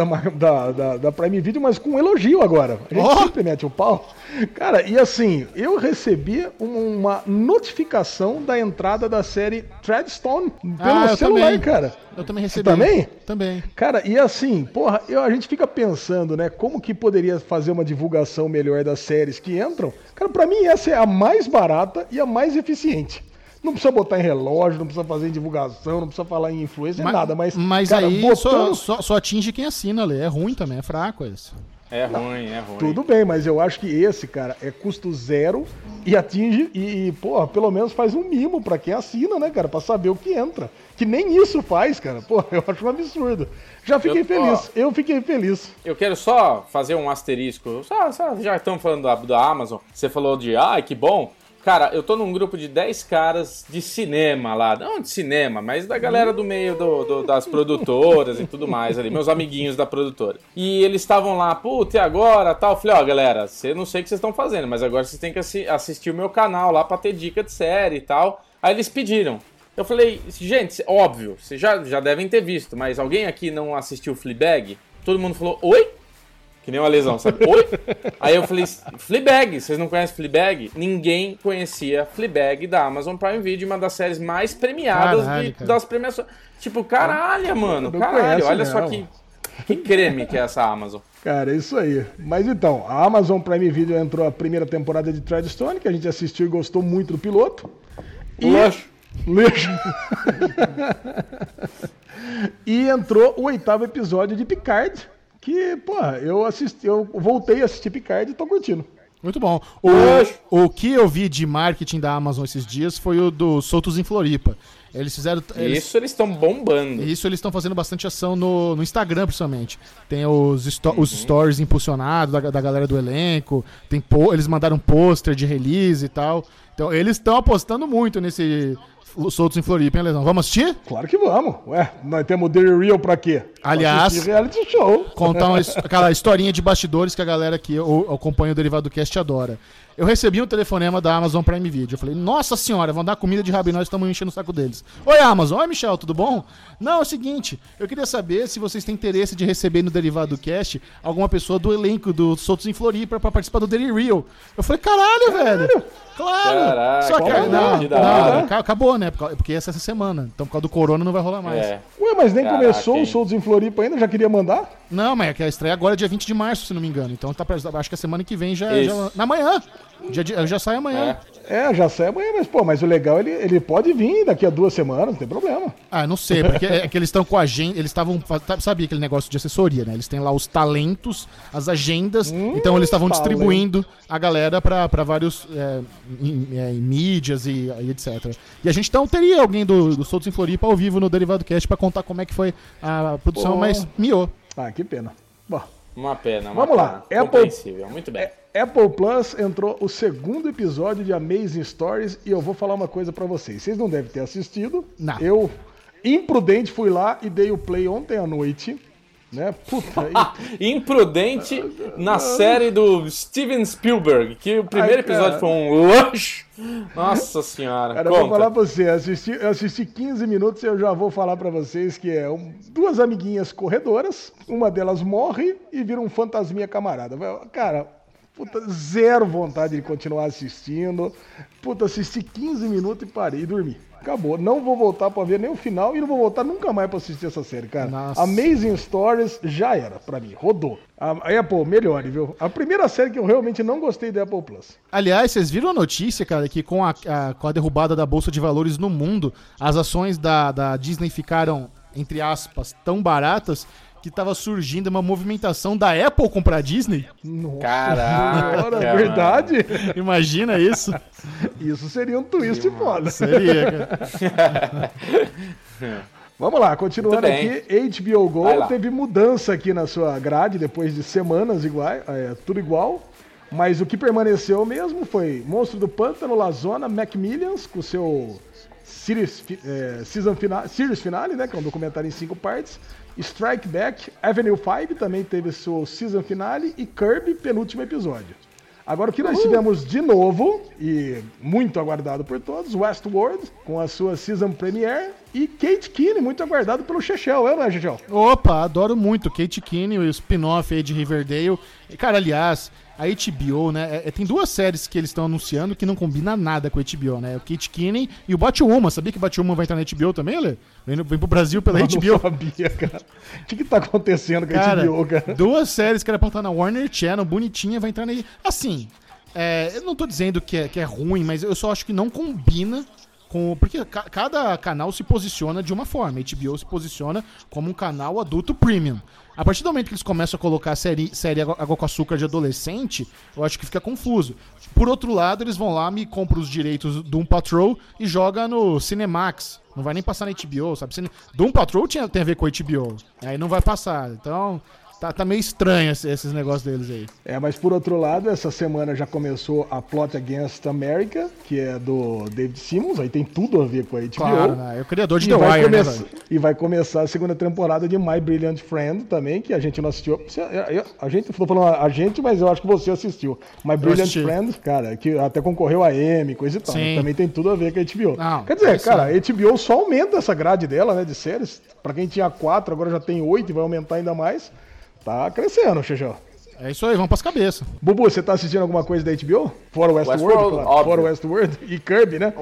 [SPEAKER 3] da Prime Video, mas com um elogio agora. A gente sempre mete o pau. Cara, e assim, eu recebi uma notificação da entrada da série Treadstone pelo celular, também. Cara.
[SPEAKER 1] Eu também recebi.
[SPEAKER 3] Você também?
[SPEAKER 1] Também.
[SPEAKER 3] Cara, e assim, porra, a gente fica pensando, né, como que poderia fazer uma divulgação melhor das séries que entram. Cara, pra mim essa é a mais barata e a mais eficiente. Não precisa botar em relógio, não precisa fazer em divulgação, não precisa falar em influência, nada. Mas
[SPEAKER 1] cara, aí
[SPEAKER 3] botando...
[SPEAKER 1] só atinge quem assina, Lê. É ruim também, é fraco esse.
[SPEAKER 2] É ruim.
[SPEAKER 3] Tudo bem, mas eu acho que esse, cara, é custo zero e atinge e porra, pelo menos faz um mimo pra quem assina, né, cara, pra saber o que entra. Que nem isso faz, cara. Porra, eu acho um absurdo. Já fiquei feliz. Eu fiquei feliz.
[SPEAKER 2] Eu quero só fazer um asterisco. Já estamos falando da Amazon. Você falou de, que bom. Cara, eu tô num grupo de 10 caras de cinema lá. Não de cinema, mas da galera do meio das produtoras e tudo mais ali. Meus amiguinhos da produtora. E eles estavam lá, puta, e agora? Tal. Eu falei, galera, eu não sei o que vocês estão fazendo, mas agora vocês têm que assistir o meu canal lá pra ter dica de série e tal. Aí eles pediram. Eu falei, gente, óbvio, vocês já devem ter visto, mas alguém aqui não assistiu Fleabag? Todo mundo falou, oi? Que nem uma lesão, sabe? Oi? Aí eu falei, Fleabag, vocês não conhecem Fleabag? Ninguém conhecia Fleabag da Amazon Prime Video, uma das séries mais premiadas das premiações. Tipo, caralho, mano, caralho, olha só que creme que é essa Amazon.
[SPEAKER 3] Cara, é isso aí. Mas então, a Amazon Prime Video entrou a primeira temporada de Treadstone, que a gente assistiu e gostou muito do piloto. Lixo. E entrou o 8º episódio de Picard, que, porra, eu voltei a assistir Picard e tô curtindo.
[SPEAKER 1] Muito bom. O que eu vi de marketing da Amazon esses dias foi o do Soltos em Floripa. Eles fizeram...
[SPEAKER 2] Eles estão bombando.
[SPEAKER 1] Isso, eles estão fazendo bastante ação no Instagram, principalmente. Tem os stories impulsionados da galera do elenco. Eles mandaram pôster de release e tal. Então, eles estão apostando muito nesse Soltos em Floripa, hein, Lesão? Vamos assistir?
[SPEAKER 3] Claro que vamos. Ué, nós temos The Real pra quê?
[SPEAKER 1] Aliás,
[SPEAKER 3] reality show.
[SPEAKER 1] Contar aquela historinha de bastidores que a galera que acompanha o Derivado Cast adora. Eu recebi um telefonema da Amazon Prime Video. Eu falei, nossa senhora, vão dar comida de rabo e nós estamos enchendo o saco deles. Oi, Amazon. Oi, Michel, tudo bom? Não, é o seguinte, eu queria saber se vocês têm interesse de receber no Derivado Cast alguma pessoa do elenco do Soltos em Floripa pra participar do Daily Real. Eu falei, caralho, velho. Claro.
[SPEAKER 2] Caraca,
[SPEAKER 1] só que
[SPEAKER 2] não,
[SPEAKER 1] acabou, né? Porque essa semana. Então por causa do corona não vai rolar mais.
[SPEAKER 3] Ué, mas nem começou o Soltos em Floripa ainda, já queria mandar?
[SPEAKER 1] Não, mas é que a estreia agora é dia 20 de março, se não me engano. Então acho que a semana que vem já na manhã. Já sai amanhã.
[SPEAKER 3] Já sai amanhã, mas o legal, ele pode vir daqui a 2 semanas, não tem problema.
[SPEAKER 1] Não sei, porque é que eles estão com a agenda, eles estavam, sabia aquele negócio de assessoria, né? Eles têm lá os talentos, as agendas, então eles estavam distribuindo a galera pra vários mídias e etc. E a gente então teria alguém do Soltos em Floripa ao vivo no Derivado Cast pra contar como é que foi a produção, mas miou.
[SPEAKER 3] Que pena. Bom.
[SPEAKER 2] Uma pena.
[SPEAKER 3] Vamos lá.
[SPEAKER 2] Compreensível. Muito bem.
[SPEAKER 3] Apple Plus entrou o 2º episódio de Amazing Stories e eu vou falar uma coisa pra vocês. Vocês não devem ter assistido.
[SPEAKER 1] Não.
[SPEAKER 3] Eu, imprudente, fui lá e dei o play ontem à noite. Né? Puta,
[SPEAKER 2] imprudente na série do Steven Spielberg, que o primeiro episódio foi um luxo. Nossa senhora.
[SPEAKER 3] Cara, eu vou falar pra você, eu assisti 15 minutos e eu já vou falar pra vocês que é 2 amiguinhas corredoras, uma delas morre e vira um fantasminha camarada. Cara, puta, zero vontade de continuar assistindo. Puta, assisti 15 minutos e parei e dormi. Acabou. Não vou voltar pra ver nem o final e não vou voltar nunca mais pra assistir essa série, cara.
[SPEAKER 1] Nossa.
[SPEAKER 3] Amazing Stories já era pra mim. Rodou. A Apple, melhore, viu? A primeira série que eu realmente não gostei da Apple Plus.
[SPEAKER 1] Aliás, vocês viram a notícia, cara, que com a derrubada da Bolsa de Valores no mundo, as ações da Disney ficaram, entre aspas, tão baratas que tava surgindo uma movimentação da Apple comprar a Disney?
[SPEAKER 3] Nossa,
[SPEAKER 2] caraca,
[SPEAKER 3] é verdade?
[SPEAKER 1] Imagina isso.
[SPEAKER 3] Isso seria um twist foda.
[SPEAKER 1] Seria, cara.
[SPEAKER 3] Vamos lá, continuando aqui, HBO Go teve mudança aqui na sua grade depois de semanas tudo igual, mas o que permaneceu mesmo foi Monstro do Pântano, La Zona, Macmillions, com o seu series finale, né, que é um documentário em 5 partes, Strike Back, Avenue 5 também teve seu season finale e Kirby, penúltimo episódio. Agora o que nós tivemos de novo, e muito aguardado por todos, Westworld, com a sua season premiere, e Kate Kinney, muito aguardado pelo Chechel, não é, Chechel?
[SPEAKER 1] Opa, adoro muito Kate Kinney, o spin-off aí de Riverdale. Cara, aliás, a HBO, né, tem 2 séries que eles estão anunciando que não combina nada com a HBO, né, o Kate Kinney e o Batwoman. Sabia que Batwoman vai entrar na HBO também, Lê? Vem pro Brasil pela HBO.
[SPEAKER 3] Eu não sabia, cara. O que tá acontecendo com a HBO, cara?
[SPEAKER 1] 2 séries que era pra estar na Warner Channel, bonitinha, vai entrar na... Assim, eu não tô dizendo que é ruim, mas eu só acho que não combina Porque cada canal se posiciona de uma forma. A HBO se posiciona como um canal adulto premium. A partir do momento que eles começam a colocar série Água com Açúcar de adolescente, eu acho que fica confuso. Por outro lado, eles vão lá, me compram os direitos do Doom Patrol e joga no Cinemax. Não vai nem passar na HBO, sabe? Doom Patrol tem a ver com a HBO. Aí não vai passar. Então, tá meio estranho esses negócios deles aí.
[SPEAKER 3] Mas por outro lado, essa semana já começou a Plot Against America, que é do David Simmons, aí tem tudo a ver com a HBO.
[SPEAKER 1] Claro, né? É o criador de The Wire, né, velho?
[SPEAKER 3] E vai começar a segunda temporada de My Brilliant Friend também, que a gente não assistiu. Tô falando a gente, mas eu acho que você assistiu. My Brilliant Friend, cara, que até concorreu a Emmy, coisa e tal. Né? Também tem tudo a ver com a HBO. Não, quer dizer, cara, a HBO só aumenta essa grade dela, né, de séries. Pra quem tinha 4, agora já tem 8 e vai aumentar ainda mais. Tá crescendo, Xexão.
[SPEAKER 1] É isso aí, vamos pras cabeças.
[SPEAKER 3] Bubu, você tá assistindo alguma coisa da HBO? Fora Westworld, claro. Fora Westworld e Kirby, né?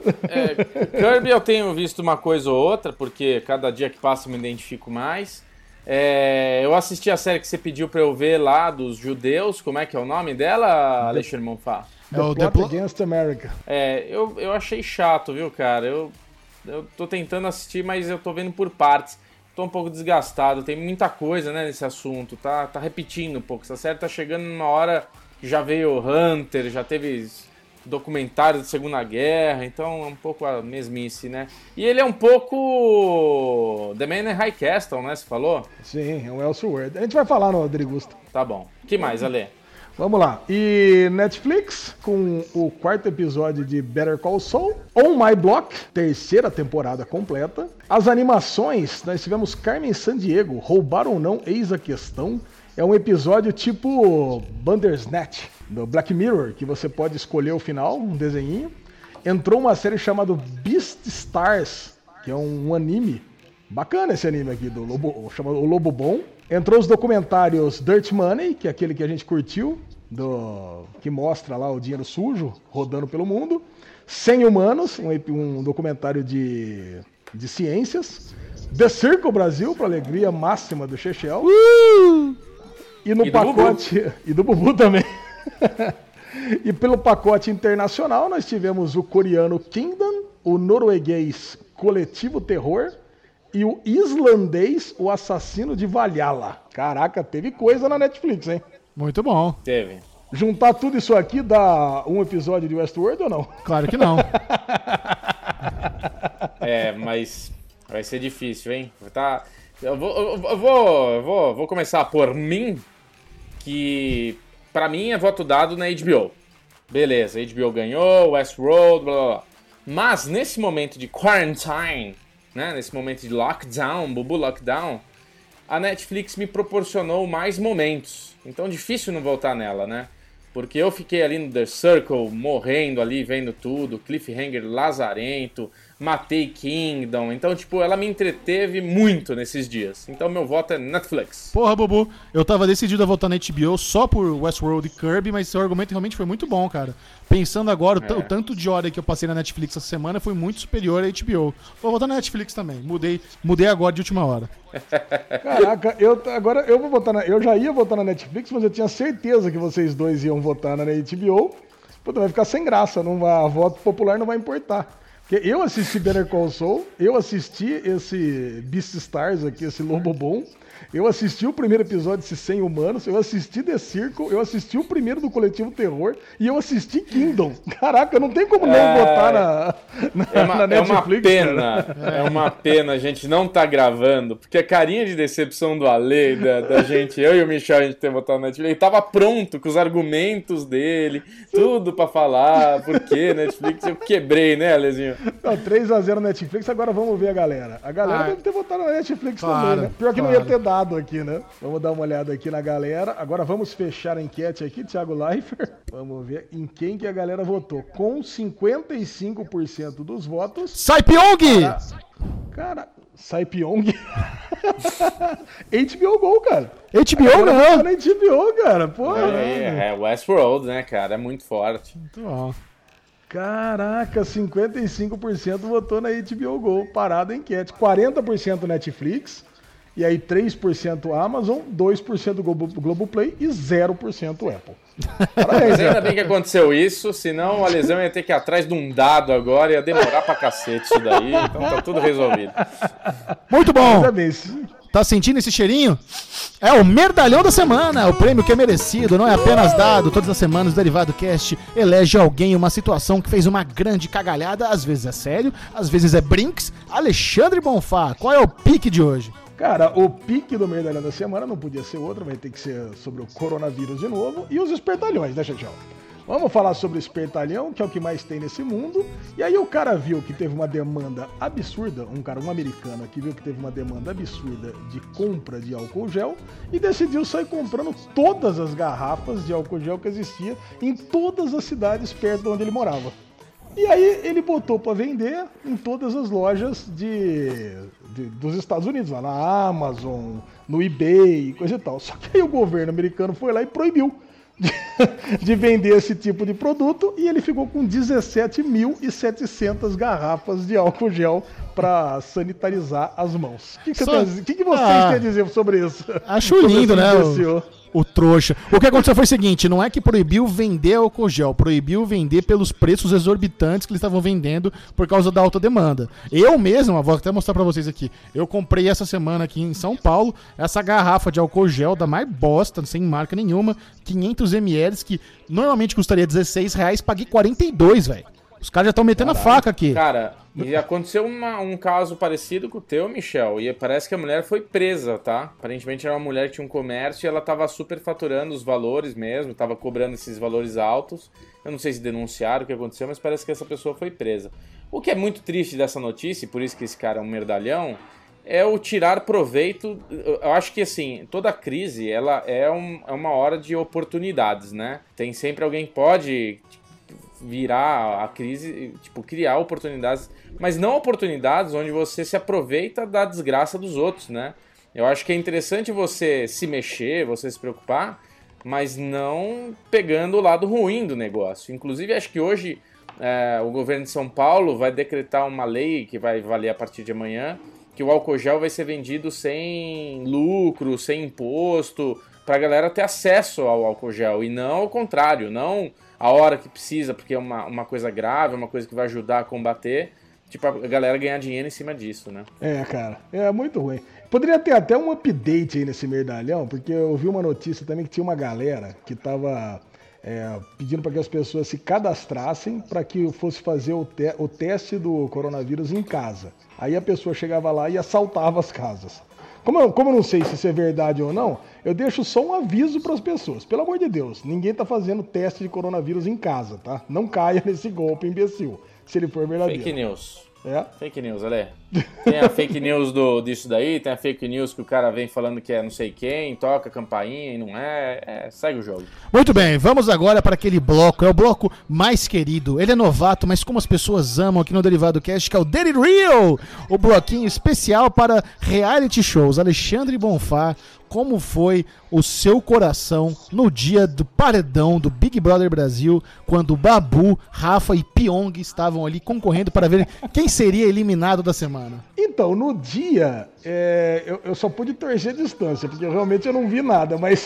[SPEAKER 2] Kirby eu tenho visto uma coisa ou outra, porque cada dia que passa eu me identifico mais. Eu assisti a série que você pediu pra eu ver lá dos judeus, como é que é o nome dela, Alexandre Monfá?
[SPEAKER 3] The Plot Against America.
[SPEAKER 2] Eu achei chato, viu, cara? Eu tô tentando assistir, mas eu tô vendo por partes. Tô um pouco desgastado, tem muita coisa, né, nesse assunto, tá repetindo um pouco. Essa série tá chegando numa hora que já veio Hunter, já teve documentário da Segunda Guerra, então é um pouco a mesmice, né? E ele é um pouco The Man in High Castle, né, você falou?
[SPEAKER 3] Sim, é um Elseworld. A gente vai falar no Adrigusto.
[SPEAKER 2] Tá bom. O que mais, Ale?
[SPEAKER 3] Vamos lá. E Netflix, com o 4º episódio de Better Call Saul. On My Block, 3ª temporada completa. As animações, nós tivemos Carmen Sandiego, Roubar ou Não, Eis a Questão. É um episódio tipo Bandersnatch, do Black Mirror, que você pode escolher o final, um desenhinho. Entrou uma série chamada Beast Stars, que é um anime. Bacana esse anime aqui, do Lobo, chamado O Lobo Bom. Entrou os documentários Dirt Money, que é aquele que a gente curtiu, que mostra lá o dinheiro sujo rodando pelo mundo. 100 Humanos, um documentário de ciências. The Circle Brasil, para alegria máxima do Chechel. E no pacote... E do Bubu também. E pelo pacote internacional, nós tivemos o coreano Kingdom, o norueguês Coletivo Terror, e o islandês, o assassino de Valhalla. Caraca, teve coisa na Netflix, hein?
[SPEAKER 1] Muito bom.
[SPEAKER 2] Teve.
[SPEAKER 3] Juntar tudo isso aqui dá um episódio de Westworld ou não?
[SPEAKER 1] Claro que não.
[SPEAKER 2] Mas vai ser difícil, hein? Eu vou começar por mim, que pra mim é voto dado na HBO. Beleza, a HBO ganhou, Westworld, blá blá blá. Mas nesse momento de quarantine, né, nesse momento de lockdown, Bubu lockdown, a Netflix me proporcionou mais momentos. Então difícil não voltar nela, né? Porque eu fiquei ali no The Circle, morrendo ali, vendo tudo, cliffhanger lazarento, matei Kingdom. Então, ela me entreteve muito nesses dias. Então, meu voto é Netflix.
[SPEAKER 1] Porra, Bubu, eu tava decidido a votar na HBO só por Westworld e Kirby, mas seu argumento realmente foi muito bom, cara. Pensando agora, o tanto de hora que eu passei na Netflix essa semana foi muito superior à HBO. Vou votar na Netflix também. Mudei agora de última hora.
[SPEAKER 3] Caraca, agora eu vou votar eu já ia votar na Netflix, mas eu tinha certeza que vocês dois iam votar na HBO. Puta, vai ficar sem graça, a voto popular não vai importar. Porque eu assisti Better Call Saul, eu assisti esse Beast Stars aqui, esse Lobo Bom, eu assisti o primeiro episódio desse 100 Humanos, eu assisti The Circle, eu assisti o primeiro do Coletivo Terror e eu assisti Kingdom. Caraca, não tem como não votar na Netflix.
[SPEAKER 2] É uma pena a gente não tá gravando, porque a carinha de decepção do Ale, da gente, eu e o Michel, a gente ter votado na Netflix, ele tava pronto com os argumentos dele, tudo pra falar, por que Netflix, eu quebrei, né, Alezinho?
[SPEAKER 3] 3-0 Netflix, agora vamos ver a galera. A galera deve ter votado na Netflix também, né? Pior que não ia ter dado aqui, né? Vamos dar uma olhada aqui na galera. Agora vamos fechar a enquete aqui, Thiago Leifert. Vamos ver em quem que a galera votou. Com 55% dos votos...
[SPEAKER 1] Saipyong!
[SPEAKER 3] Cara, Saipyong? HBO Go, cara.
[SPEAKER 1] HBO não!
[SPEAKER 3] Tá na HBO, cara. Pô,
[SPEAKER 2] é Westworld, né, cara? É muito forte.
[SPEAKER 1] Muito bom.
[SPEAKER 3] Caraca, 55% votou na HBO Go. Parada a enquete. 40% Netflix. E aí 3% Amazon, 2% Globoplay e 0% Apple.
[SPEAKER 2] Parabéns, mas ainda bem que aconteceu isso, senão a lesão ia ter que ir atrás de um dado agora, ia demorar pra cacete isso daí, então tá tudo resolvido.
[SPEAKER 1] Muito bom!
[SPEAKER 3] Parabéns.
[SPEAKER 1] Tá sentindo esse cheirinho? É o Merdalhão da Semana, o prêmio que é merecido, não é apenas dado. Todas as semanas o Derivado Cast elege alguém, uma situação que fez uma grande cagalhada. Às vezes é sério, às vezes é brinks. Alexandre Bonfá, qual é o pique de hoje?
[SPEAKER 3] Cara, o pique do Merdalhão da Semana não podia ser outro, vai ter que ser sobre o coronavírus de novo e os espertalhões, né, Chachão? Vamos falar sobre o espertalhão, que é o que mais tem nesse mundo. E aí o cara viu que teve uma demanda absurda, um americano que viu que teve uma demanda absurda de compra de álcool gel e decidiu sair comprando todas as garrafas de álcool gel que existia em todas as cidades perto de onde ele morava. E aí ele botou para vender em todas as lojas dos Estados Unidos, lá na Amazon, no eBay, coisa e tal. Só que aí o governo americano foi lá e proibiu de vender esse tipo de produto e ele ficou com 17.700 garrafas de álcool gel para sanitarizar as mãos. O que vocês têm a dizer sobre isso?
[SPEAKER 1] Acho lindo, né? O trouxa. O que aconteceu foi o seguinte, não é que proibiu vender álcool gel, proibiu vender pelos preços exorbitantes que eles estavam vendendo por causa da alta demanda. Eu mesmo, vou até mostrar pra vocês aqui, eu comprei essa semana aqui em São Paulo, essa garrafa de álcool gel da mais bosta, sem marca nenhuma, 500 ml, que normalmente custaria R$16, paguei 42, velho. Os caras já estão metendo a faca aqui.
[SPEAKER 2] Cara, e aconteceu um caso parecido com o teu, Michel, e parece que a mulher foi presa, tá? Aparentemente era uma mulher que tinha um comércio e ela tava superfaturando os valores mesmo, tava cobrando esses valores altos. Eu não sei se denunciaram o que aconteceu, mas parece que essa pessoa foi presa. O que é muito triste dessa notícia, e por isso que esse cara é um merdalhão, é o tirar proveito. Eu acho que, assim, toda crise, ela é uma hora de oportunidades, né? Tem sempre alguém que pode virar a crise, tipo, criar oportunidades, mas não oportunidades onde você se aproveita da desgraça dos outros, né? Eu acho que é interessante você se mexer, você se preocupar, mas não pegando o lado ruim do negócio. Inclusive, acho que hoje o governo de São Paulo vai decretar uma lei que vai valer a partir de amanhã, que o álcool gel vai ser vendido sem lucro, sem imposto, para a galera ter acesso ao álcool gel, e não ao contrário, não a hora que precisa, porque é uma coisa grave, uma coisa que vai ajudar a combater, tipo, a galera ganhar dinheiro em cima disso, né?
[SPEAKER 3] É, cara, é muito ruim. Poderia ter até um update aí nesse merdalhão, porque eu vi uma notícia também que tinha uma galera que tava pedindo para que as pessoas se cadastrassem para que fosse fazer o teste do coronavírus em casa. Aí a pessoa chegava lá e assaltava as casas. Como eu não sei se isso é verdade ou não, eu deixo só um aviso para as pessoas. Pelo amor de Deus, ninguém tá fazendo teste de coronavírus em casa, tá? Não caia nesse golpe, imbecil, se ele for verdadeiro.
[SPEAKER 2] Fake news. Fake news, Ale. Tem a fake news disso daí, tem a fake news que o cara vem falando que é não sei quem, toca a campainha e não segue o jogo.
[SPEAKER 1] Muito bem, vamos agora para aquele bloco, é o bloco mais querido. Ele é novato, mas como as pessoas amam aqui no Derivado Cast, que é o Daily Real, o bloquinho especial para reality shows. Alexandre Bonfá, como foi o seu coração no dia do paredão do Big Brother Brasil, quando Babu, Rafa e Pyong estavam ali concorrendo para ver quem seria eliminado da semana?
[SPEAKER 3] Então, no dia, eu só pude torcer a distância, porque realmente eu não vi nada, mas...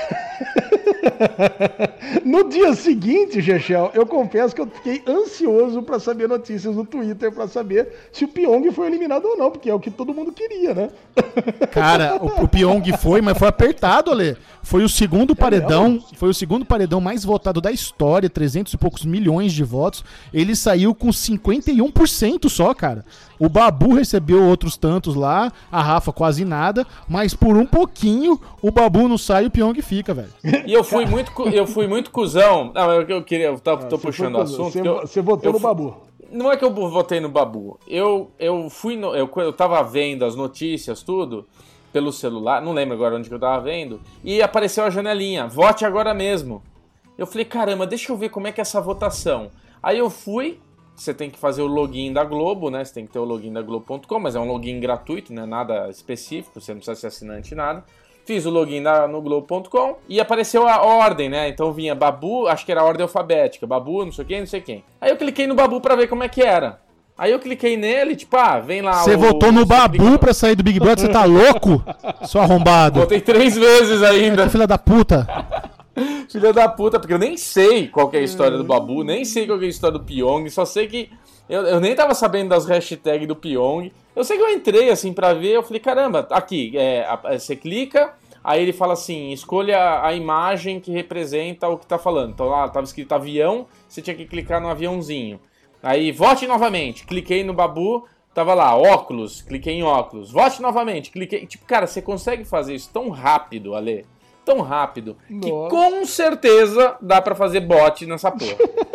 [SPEAKER 3] No dia seguinte, Chechel, eu confesso que eu fiquei ansioso para saber notícias no Twitter, para saber se o Pyong foi eliminado ou não, porque é o que todo mundo queria, né?
[SPEAKER 1] Cara, o Pyong foi, mas foi apertado, Ale. Foi o segundo paredão mais votado da história, 300 e poucos milhões de votos. Ele saiu com 51% só, cara. O Babu recebeu outros tantos lá, a Rafa quase nada, mas por um pouquinho o Babu não sai e o Pyong fica, velho.
[SPEAKER 2] E eu fui muito cuzão. Não, eu tô puxando o assunto.
[SPEAKER 3] Você votou no Babu.
[SPEAKER 2] Não é que eu votei no Babu. Eu tava vendo as notícias, tudo, pelo celular, não lembro agora onde que eu tava vendo, e apareceu a janelinha, vote agora mesmo. Eu falei, caramba, deixa eu ver como é que é essa votação. Aí eu fui, você tem que fazer o login da Globo, né? Você tem que ter o login da Globo.com, mas é um login gratuito, não é nada específico, você não precisa ser assinante, nada. Fiz o login no Globo.com e apareceu a ordem, né? Então vinha Babu, acho que era a ordem alfabética, Babu, não sei quem, não sei quem. Aí eu cliquei no Babu pra ver como é que era. Aí eu cliquei nele, tipo, vem lá.
[SPEAKER 1] Você votou no Babu pra sair do Big Brother, você tá louco? Seu arrombado.
[SPEAKER 2] Votei 3 vezes ainda.
[SPEAKER 1] Que filha da puta.
[SPEAKER 2] Filha da puta, porque eu nem sei qual que é a história do Babu, nem sei qual que é a história do Pyong, só sei que eu nem tava sabendo das hashtags do Pyong. Eu sei que eu entrei assim pra ver, eu falei, caramba, aqui, você clica, aí ele fala assim, escolha a imagem que representa o que tá falando. Então lá tava escrito avião, você tinha que clicar no aviãozinho. Aí, vote novamente, cliquei no Babu, tava lá, óculos, cliquei em óculos, vote novamente, cliquei... Tipo, cara, você consegue fazer isso tão rápido, Ale? Tão rápido, que com certeza dá pra fazer bot nessa porra.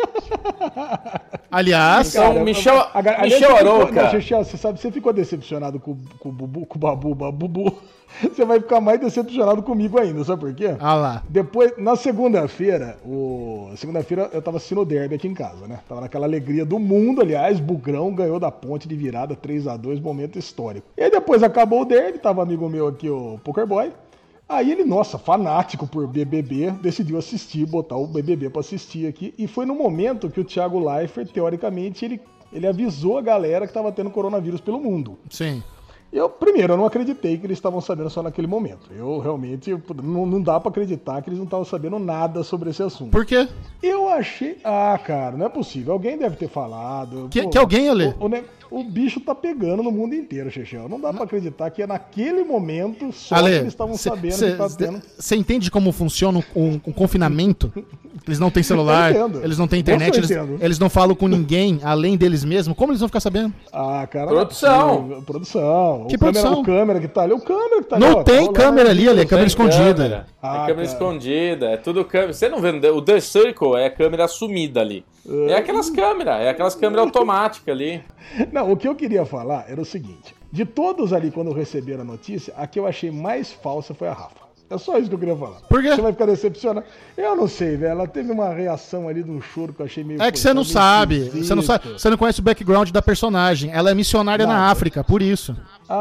[SPEAKER 1] Aliás,
[SPEAKER 2] então,
[SPEAKER 3] cara,
[SPEAKER 2] Michel Arouca...
[SPEAKER 3] Michel, você sabe, você ficou decepcionado com o Babu. Você vai ficar mais decepcionado comigo ainda, sabe por quê?
[SPEAKER 1] Lá.
[SPEAKER 3] Depois, na segunda-feira, eu tava assistindo o derby aqui em casa, né? Tava naquela alegria do mundo, aliás, Bugrão ganhou da Ponte de virada 3-2, momento histórico. E aí depois acabou o derby, tava amigo meu aqui, o Pokerboy. Aí ele, nossa, fanático por BBB, decidiu botar o BBB pra assistir aqui. E foi no momento que o Thiago Leifert, teoricamente, ele avisou a galera que tava tendo coronavírus pelo mundo.
[SPEAKER 1] Sim.
[SPEAKER 3] Eu não acreditei que eles estavam sabendo só naquele momento. Eu realmente, não dá pra acreditar que eles não estavam sabendo nada sobre esse assunto.
[SPEAKER 1] Por quê?
[SPEAKER 3] Eu achei... cara, não é possível. Alguém deve ter falado.
[SPEAKER 1] Que alguém, Ale?
[SPEAKER 3] O bicho tá pegando no mundo inteiro, Chechel. Não dá pra acreditar que é naquele momento só
[SPEAKER 1] Ale,
[SPEAKER 3] que eles estavam sabendo que tá tendo...
[SPEAKER 1] Você entende como funciona um confinamento? Eles não têm celular, eles não têm internet, eles não falam com ninguém além deles mesmos. Como eles vão ficar sabendo?
[SPEAKER 3] Cara...
[SPEAKER 2] Produção.
[SPEAKER 1] Que produção?
[SPEAKER 3] O câmera que tá ali.
[SPEAKER 1] Não tem câmera ali, Ale. É câmera escondida.
[SPEAKER 2] É câmera escondida. É tudo câmera. Você não vê, o The Circle é câmera sumida ali. É aquelas câmeras automáticas ali.
[SPEAKER 3] Não, o que eu queria falar era o seguinte. De todos ali, quando receberam a notícia, a que eu achei mais falsa foi a Rafa. É só isso que eu queria falar.
[SPEAKER 1] Por quê?
[SPEAKER 3] Você vai ficar decepcionado. Eu não sei, velho. Ela teve uma reação ali de um choro que eu achei meio...
[SPEAKER 1] É que você não sabe. Você não conhece o background da personagem. Ela é missionária na África, por isso.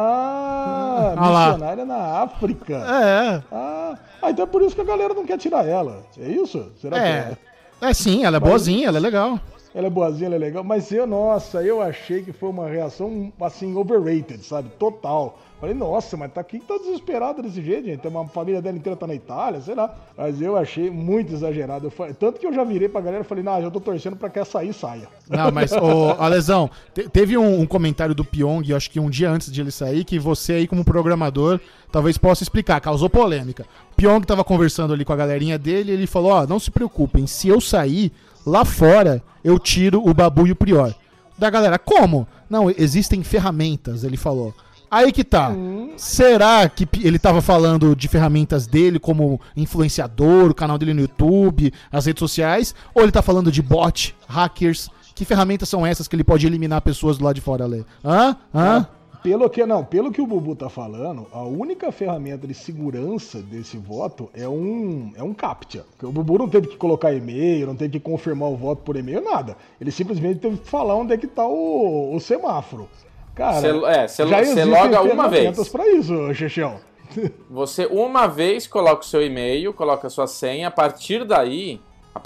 [SPEAKER 3] Missionária na África. Então é por isso que a galera não quer tirar ela. É isso? Será que é?
[SPEAKER 1] Sim, ela é boazinha, ela é legal.
[SPEAKER 3] Ela é boazinha, ela é legal. Mas eu achei que foi uma reação, assim, overrated, sabe? Total. Falei, nossa, mas quem tá desesperado desse jeito, gente? Uma família dela inteira tá na Itália, sei lá. Mas eu achei muito exagerado. Tanto que eu já virei pra galera e falei, já tô torcendo pra que essa aí saia.
[SPEAKER 1] Não, mas, Alesão, teve um comentário do Pyong, acho que um dia antes de ele sair, que você aí como programador talvez possa explicar, causou polêmica. O Pyong tava conversando ali com a galerinha dele e ele falou, não se preocupem, se eu sair, lá fora eu tiro o Babu e o Prior. Da galera, como? Não, existem ferramentas, ele falou. Aí que tá. Será que ele tava falando de ferramentas dele como influenciador, o canal dele no YouTube, as redes sociais? Ou ele tá falando de bot, hackers? Que ferramentas são essas que ele pode eliminar pessoas do lado de fora, Ale?
[SPEAKER 3] Pelo que o Bubu tá falando, a única ferramenta de segurança desse voto é um CAPTCHA. Porque o Bubu não teve que colocar e-mail, não teve que confirmar o voto por e-mail, nada. Ele simplesmente teve que falar onde é que tá o semáforo. Cara,
[SPEAKER 2] você loga uma vez.
[SPEAKER 3] Pra isso, Chechel.
[SPEAKER 2] Você uma vez coloca o seu e-mail, coloca a sua senha, a partir daí...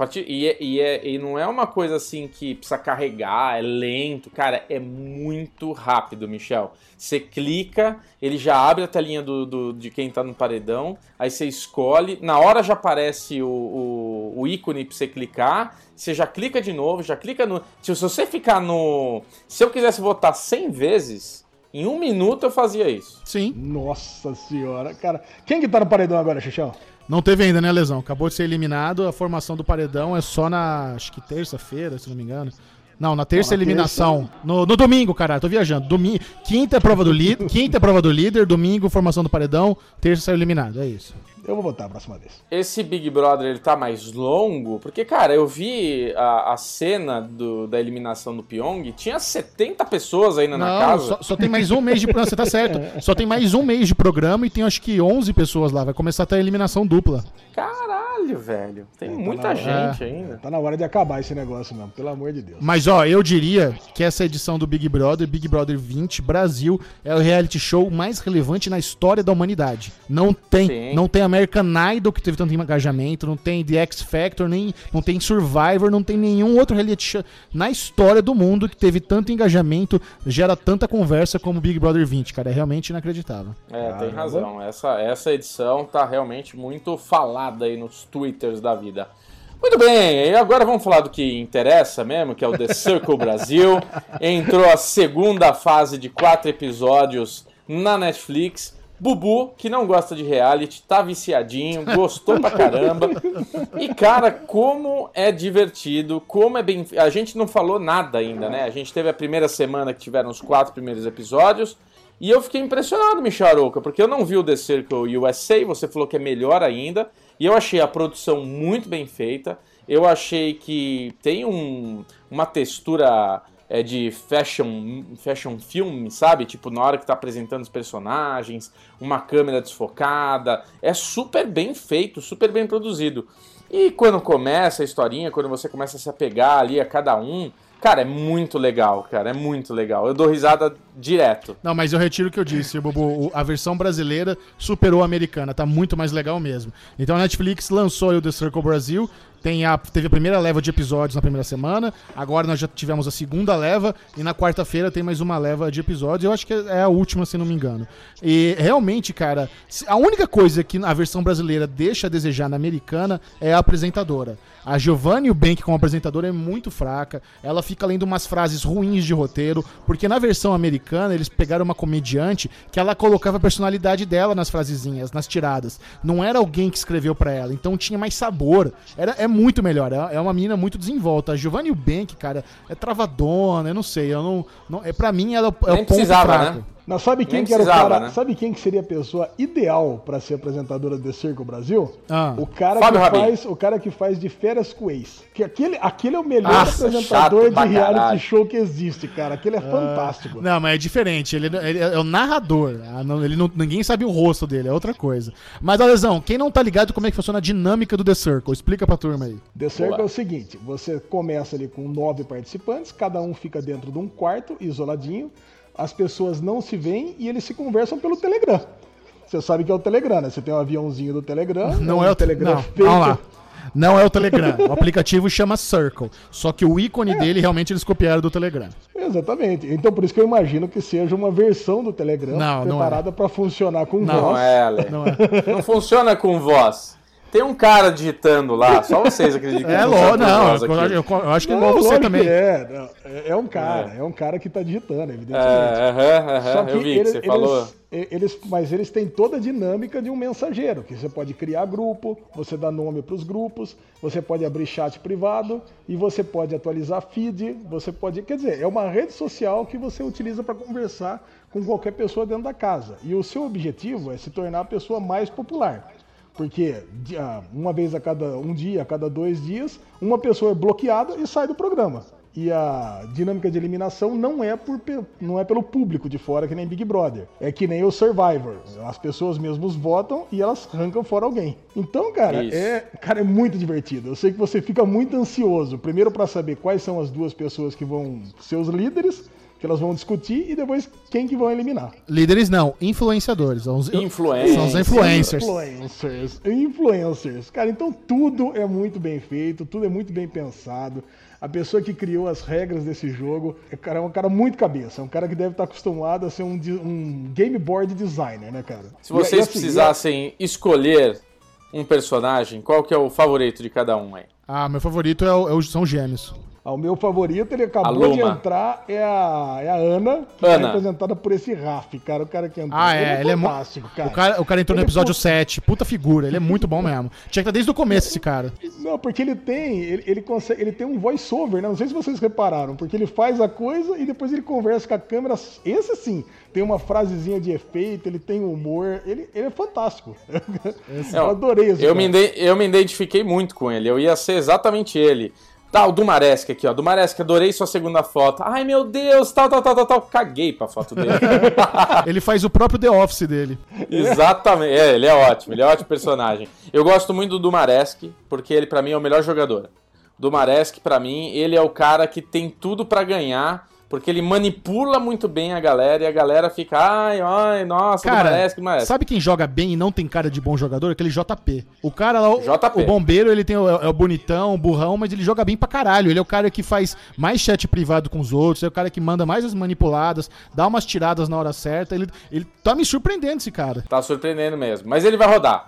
[SPEAKER 2] E não é uma coisa assim que precisa carregar, é lento. Cara, é muito rápido, Michel. Você clica, ele já abre a telinha de quem tá no paredão, aí você escolhe, na hora já aparece o ícone pra você clicar, você já clica de novo, já clica no... Se você ficar no... Se eu quisesse votar 100 vezes, em 1 minuto eu fazia isso.
[SPEAKER 1] Sim.
[SPEAKER 3] Nossa senhora, cara. Quem que tá no paredão agora, Xixão?
[SPEAKER 1] Não teve ainda, né, Lesão? Acabou de ser eliminado. A formação do paredão é só na, acho que terça-feira, se não me engano. Não, na terça eliminação. Terça. No domingo, caralho, tô viajando. Quinta é prova do líder, domingo formação do paredão, terça saiu eliminado, é isso.
[SPEAKER 3] Eu vou votar a próxima vez.
[SPEAKER 2] Esse Big Brother, ele tá mais longo, porque, cara, eu vi a cena da eliminação do Pyong, tinha 70 pessoas ainda na casa.
[SPEAKER 1] Só tem mais um mês de programa, você tá certo. Só tem mais um mês de programa e tem acho que 11 pessoas lá, vai começar até a eliminação dupla.
[SPEAKER 2] Caralho! Caralho, velho. Tem muita gente ainda.
[SPEAKER 3] Tá na hora de acabar esse negócio mesmo, pelo amor de Deus.
[SPEAKER 1] Mas, ó, eu diria que essa edição do Big Brother 20 Brasil, é o reality show mais relevante na história da humanidade. Não tem American Idol, que teve tanto engajamento, não tem The X Factor, não tem Survivor, não tem nenhum outro reality show na história do mundo que teve tanto engajamento, gera tanta conversa como o Big Brother 20, cara. É realmente inacreditável.
[SPEAKER 2] Tem razão. Essa edição tá realmente muito falada aí nos twitters da vida. Muito bem, e agora vamos falar do que interessa mesmo, que é o The Circle Brasil. Entrou a segunda fase de 4 episódios na Netflix. Bubu, que não gosta de reality, tá viciadinho, gostou pra caramba. E, cara, como é divertido, como é bem... A gente não falou nada ainda, né? A gente teve a primeira semana que tiveram os 4 primeiros episódios. E eu fiquei impressionado, Micharouca, porque eu não vi o The Circle USA, você falou que é melhor ainda. E eu achei a produção muito bem feita. Eu achei que tem uma textura de fashion film, sabe? Tipo, na hora que tá apresentando os personagens, uma câmera desfocada. É super bem feito, super bem produzido. E quando começa a historinha, quando você começa a se apegar ali a cada um... Cara, é muito legal, cara, é muito legal. Eu dou risada direto.
[SPEAKER 1] Não, mas eu retiro o que eu disse, Bubu. A versão brasileira superou a americana, tá muito mais legal mesmo. Então a Netflix lançou o The Circle Brasil, teve a primeira leva de episódios na primeira semana, agora nós já tivemos a segunda leva, e na quarta-feira tem mais uma leva de episódios, eu acho que é a última, se não me engano. E realmente, cara, a única coisa que a versão brasileira deixa a desejar na americana é a apresentadora. A Giovanna Eubank como apresentadora é muito fraca, ela fica lendo umas frases ruins de roteiro, porque na versão americana eles pegaram uma comediante que ela colocava a personalidade dela nas frasezinhas, nas tiradas. Não era alguém que escreveu pra ela, então tinha mais sabor. É muito melhor, é uma menina muito desenvolta. A Giovanna Eubank, cara, é travadona, eu não sei, pra mim ela é o ponto fraco.
[SPEAKER 2] Né?
[SPEAKER 3] Não, sabe quem que era o cara? Né? Sabe quem que seria a pessoa ideal para ser apresentadora do The Circle Brasil? O cara que faz de férias com ex. Que aquele é o melhor apresentador de reality show que existe, cara. Aquele é fantástico.
[SPEAKER 1] Não, mas é diferente. Ele é o narrador. Ninguém sabe o rosto dele, é outra coisa. Mas, Alesão, quem não tá ligado como é que funciona a dinâmica do The Circle? Explica pra turma aí.
[SPEAKER 3] The Circle é o seguinte: você começa ali com 9 participantes, cada um fica dentro de um quarto, isoladinho. As pessoas não se veem e eles se conversam pelo Telegram. Você sabe que é o Telegram, né? Você tem um aviãozinho do Telegram.
[SPEAKER 1] Não é o Telegram. Vamos lá. Não é o Telegram. O aplicativo chama Circle. Só que o ícone dele realmente eles copiaram do Telegram.
[SPEAKER 3] Exatamente. Então por isso que eu imagino que seja uma versão do Telegram preparada para funcionar com voz.
[SPEAKER 2] Não é, Ale. Não funciona com voz. Tem um cara digitando lá, só vocês acreditam.
[SPEAKER 1] Eu acho que é igual você também.
[SPEAKER 3] É um cara que tá digitando, evidentemente.
[SPEAKER 2] Só que eu vi que você falou.
[SPEAKER 3] Mas eles têm toda a dinâmica de um mensageiro, que você pode criar grupo, você dá nome para os grupos, você pode abrir chat privado e você pode atualizar feed, quer dizer, é uma rede social que você utiliza para conversar com qualquer pessoa dentro da casa. E o seu objetivo é se tornar a pessoa mais popular. Porque um dia, a cada 2 dias, uma pessoa é bloqueada e sai do programa. E a dinâmica de eliminação não é pelo público de fora, que nem Big Brother. É que nem o Survivor. As pessoas mesmos votam e elas arrancam fora alguém. Então, cara, é muito divertido. Eu sei que você fica muito ansioso. Primeiro para saber quais são as 2 pessoas que vão ser os líderes, que elas vão discutir, e depois quem que vão eliminar.
[SPEAKER 1] Líderes não, influenciadores. São os influencers.
[SPEAKER 3] Influencers. Cara, então tudo é muito bem feito, tudo é muito bem pensado. A pessoa que criou as regras desse jogo é um cara muito cabeça, é um cara que deve estar acostumado a ser um game board designer, né, cara?
[SPEAKER 2] Se vocês precisassem escolher um personagem, qual que é o favorito de cada um aí?
[SPEAKER 1] Meu favorito são os gêmeos.
[SPEAKER 3] O meu favorito, ele acabou de entrar, é a Ana, que é representada por esse Raf, cara, o cara que entrou.
[SPEAKER 1] Ele é fantástico, cara. O cara entrou no episódio 7, puta figura, ele é muito bom mesmo. Tinha que estar desde o começo esse cara.
[SPEAKER 3] Não, porque ele tem um voice-over, né? Não sei se vocês repararam, porque ele faz a coisa e depois ele conversa com a câmera. Esse sim, tem uma frasezinha de efeito, ele tem humor, ele é fantástico. Eu adorei esse
[SPEAKER 2] Eu me identifiquei muito com ele, eu ia ser exatamente ele. Tá, o Dumaresque aqui, ó. Dumaresque, adorei sua segunda foto. Ai, meu Deus, tal. Caguei pra foto dele.
[SPEAKER 1] Ele faz o próprio The Office dele.
[SPEAKER 2] Exatamente. Ele é ótimo personagem. Eu gosto muito do Dumaresque, porque ele pra mim é o melhor jogador. Dumaresque, pra mim, ele é o cara que tem tudo pra ganhar, porque ele manipula muito bem a galera e a galera fica, ai, nossa,
[SPEAKER 1] cara,
[SPEAKER 2] Dumaresque.
[SPEAKER 1] Sabe quem joga bem e não tem cara de bom jogador? Aquele JP. O cara lá,
[SPEAKER 2] JP.
[SPEAKER 1] O bombeiro, ele tem é o bonitão, o burrão, mas ele joga bem pra caralho. Ele é o cara que faz mais chat privado com os outros, é o cara que manda mais as manipuladas, dá umas tiradas na hora certa. Ele tá me surpreendendo, esse cara.
[SPEAKER 2] Tá surpreendendo mesmo. Mas ele vai rodar.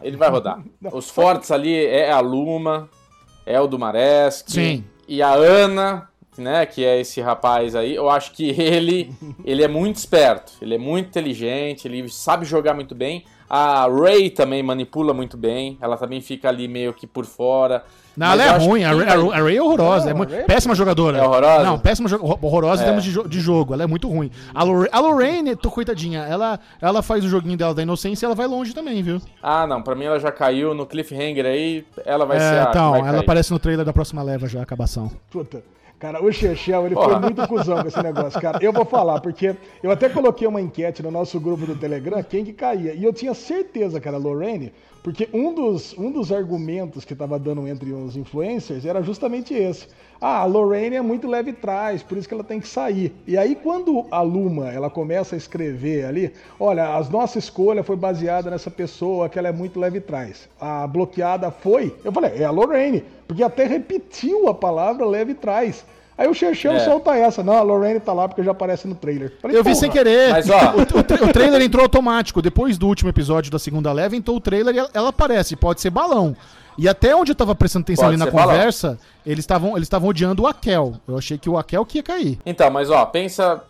[SPEAKER 2] Os fortes ali é a Luma, é o Dumaresque.
[SPEAKER 1] Sim.
[SPEAKER 2] E a Ana, né, que é esse rapaz aí, eu acho que ele é muito esperto, ele é muito inteligente, ele sabe jogar muito bem. A Ray também manipula muito bem, ela também fica ali meio que por fora.
[SPEAKER 1] Não, ela é ruim, a Ray é horrorosa, péssima jogadora.
[SPEAKER 2] É horrorosa?
[SPEAKER 1] Não, horrorosa em termos de jogo, ela é muito ruim. A Lorraine, coitadinha, ela faz o joguinho dela da inocência e ela vai longe também, viu?
[SPEAKER 2] Ah, não, pra mim ela já caiu no cliffhanger aí, ela vai ser a
[SPEAKER 1] então,
[SPEAKER 2] vai
[SPEAKER 1] ela
[SPEAKER 2] cair.
[SPEAKER 1] aparece no trailer da próxima leva já, a acabação.
[SPEAKER 3] Puta. Cara, o Chechel, ele foi muito cuzão com esse negócio, cara. Eu vou falar, porque eu até coloquei uma enquete no nosso grupo do Telegram, quem que caía. E eu tinha certeza, cara, Lorraine, porque um dos argumentos que tava dando entre os influencers era justamente esse. A Lorraine é muito leve trás, por isso que ela tem que sair. E aí, quando a Luma, ela começa a escrever ali, olha, a nossa escolha foi baseada nessa pessoa, que ela é muito leve trás. A bloqueada foi, eu falei, é a Lorraine, porque até repetiu a palavra leve trás. Aí o Chechel solta essa. Não, a Lorraine tá lá porque já aparece no trailer. Falei,
[SPEAKER 1] eu vi sem querer.
[SPEAKER 2] Mas, ó,
[SPEAKER 1] o trailer entrou automático. Depois do último episódio da segunda leva, entrou o trailer e ela aparece. Pode ser balão. E até onde eu tava prestando atenção ali na conversa, eles estavam odiando o Akel. Eu achei que o Akel que ia cair.
[SPEAKER 2] Então, mas ó, pensa,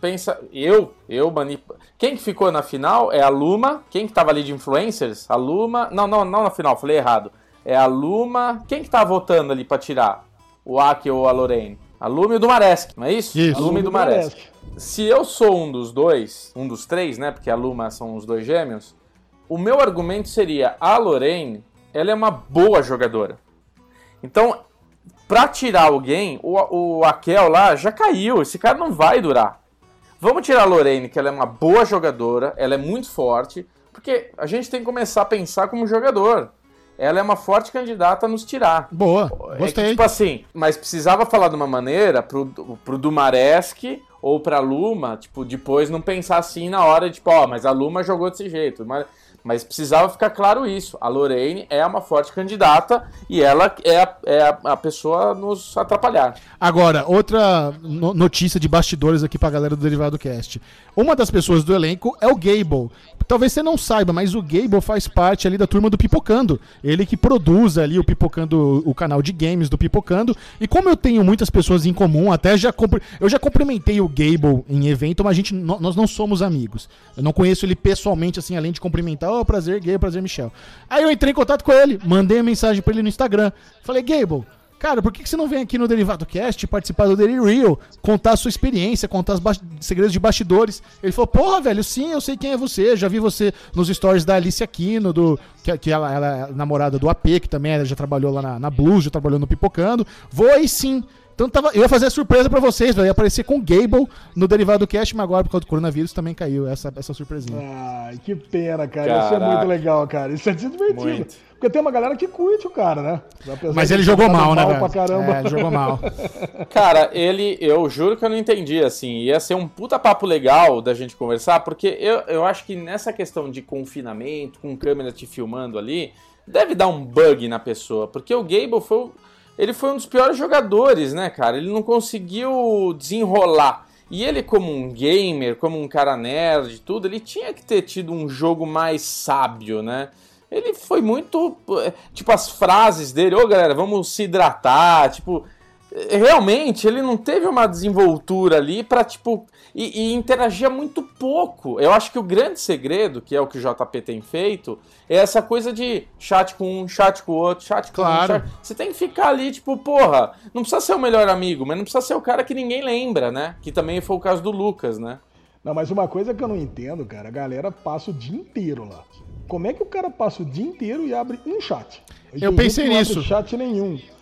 [SPEAKER 2] quem que ficou na final é a Luma. Quem que tava ali de influencers? A Luma. Não na final, falei errado. É a Luma. Quem que tá votando ali pra tirar? O Akel ou a Lorraine? A Luma e o Dumaresque, não é isso?
[SPEAKER 1] Isso.
[SPEAKER 2] A Luma e o Dumaresque. Se eu sou um dos três, né? Porque a Luma são os dois gêmeos. O meu argumento seria, a Lorraine, ela é uma boa jogadora. Então, pra tirar alguém, o Akel lá já caiu. Esse cara não vai durar. Vamos tirar a Lorraine, que ela é uma boa jogadora, ela é muito forte, porque a gente tem que começar a pensar como jogador. Ela é uma forte candidata a nos tirar.
[SPEAKER 1] Boa, gostei.
[SPEAKER 2] Tipo assim, mas precisava falar de uma maneira pro Dumaresque ou pra Luma, tipo, depois não pensar assim na hora, tipo, mas a Luma jogou desse jeito. Mas precisava ficar claro isso. A Lorraine é uma forte candidata e ela é a pessoa a nos atrapalhar.
[SPEAKER 1] Agora, outra notícia de bastidores aqui pra galera do Derivado Cast. Uma das pessoas do elenco é o Gable. Talvez você não saiba, mas o Gable faz parte ali da turma do Pipocando. Ele que produz ali o Pipocando, o canal de games do Pipocando. E como eu tenho muitas pessoas em comum, eu já cumprimentei o Gable em evento, mas nós não somos amigos. Eu não conheço ele pessoalmente, assim, além de cumprimentar. Prazer, Gable, prazer, Michel. Aí eu entrei em contato com ele, mandei a mensagem pra ele no Instagram. Falei, Gable, cara, por que você não vem aqui no Derivado Cast participar do Daily Real, contar a sua experiência, contar os segredos de bastidores? Ele falou, porra, velho, sim, eu sei quem é você, já vi você nos stories da Alice Aquino, que ela é namorada do AP, que também ela já trabalhou lá na Blues, já trabalhou no Pipocando. Vou aí sim. Então eu ia fazer a surpresa pra vocês, eu ia aparecer com o Gable no Derivado Cast, mas agora por causa do coronavírus também caiu essa surpresinha.
[SPEAKER 3] Ai, que pena, cara. Isso é muito legal, cara. Isso é divertido. Muito. Porque tem uma galera que curte o cara, né?
[SPEAKER 1] Mas ele jogou mal, né, velho?
[SPEAKER 3] Pra caramba.
[SPEAKER 1] Ele jogou mal.
[SPEAKER 2] Cara, eu juro que eu não entendi, assim, ia ser um puta papo legal da gente conversar, porque eu acho que nessa questão de confinamento, com câmera te filmando ali, deve dar um bug na pessoa, porque o Gable ele foi um dos piores jogadores, né, cara? Ele não conseguiu desenrolar. E ele, como um gamer, como um cara nerd e tudo, ele tinha que ter tido um jogo mais sábio, né? Ele foi muito... Tipo, as frases dele, galera, vamos se hidratar, tipo... Realmente, ele não teve uma desenvoltura ali pra, tipo... E interagia muito pouco. Eu acho que o grande segredo, que é o que o JP tem feito, é essa coisa de chat com um, chat com o outro, chat com
[SPEAKER 1] claro.
[SPEAKER 2] Um. Você tem que ficar ali, tipo, porra, não precisa ser o melhor amigo, mas não precisa ser o cara que ninguém lembra, né? Que também foi o caso do Lucas, né?
[SPEAKER 3] Não, mas uma coisa que eu não entendo, cara, a galera passa o dia inteiro lá. Como é que o cara passa o dia inteiro e abre um chat?
[SPEAKER 1] Eu pensei nisso.
[SPEAKER 3] Não abre chat nenhum.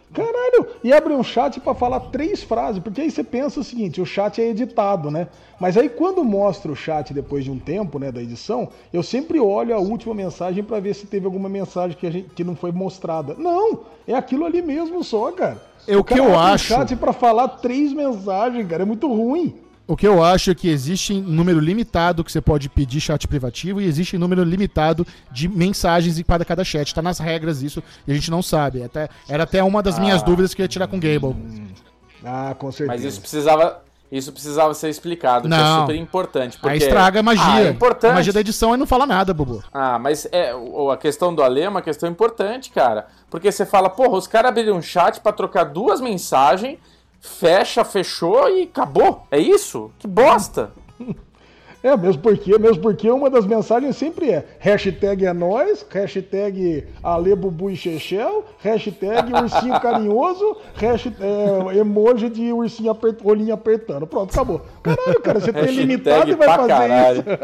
[SPEAKER 3] Caralho! E abre um chat pra falar 3 frases, porque aí você pensa o seguinte, o chat é editado, né? Mas aí quando mostra o chat depois de um tempo, né, da edição, eu sempre olho a última mensagem pra ver se teve alguma mensagem que não foi mostrada. Não! É aquilo ali mesmo só, cara.
[SPEAKER 1] O que eu acho...
[SPEAKER 3] um chat pra falar 3 mensagens, cara, é muito ruim.
[SPEAKER 1] O que eu acho é que existe um número limitado que você pode pedir chat privativo e existe um número limitado de mensagens para cada chat. Tá nas regras isso e a gente não sabe. Era até uma das minhas dúvidas que eu ia tirar com o Gable.
[SPEAKER 3] Com certeza.
[SPEAKER 2] Mas isso precisava ser explicado, que é super importante. Porque...
[SPEAKER 1] Aí estraga a magia.
[SPEAKER 2] É importante.
[SPEAKER 1] A magia da edição aí não fala nada, Bubu.
[SPEAKER 2] Mas a questão do Ale é uma questão importante, cara. Porque você fala, porra, os caras abriram um chat pra trocar 2 mensagens, fechou e acabou. É isso? Que bosta!
[SPEAKER 3] Mesmo porque uma das mensagens sempre é hashtag é nóis, hashtag Ale, Bubu e Chechel, hashtag ursinho carinhoso, emoji de ursinho olhinho apertando. Pronto, acabou. Caralho, cara, você tem limitado e vai fazer
[SPEAKER 2] caralho.
[SPEAKER 3] isso.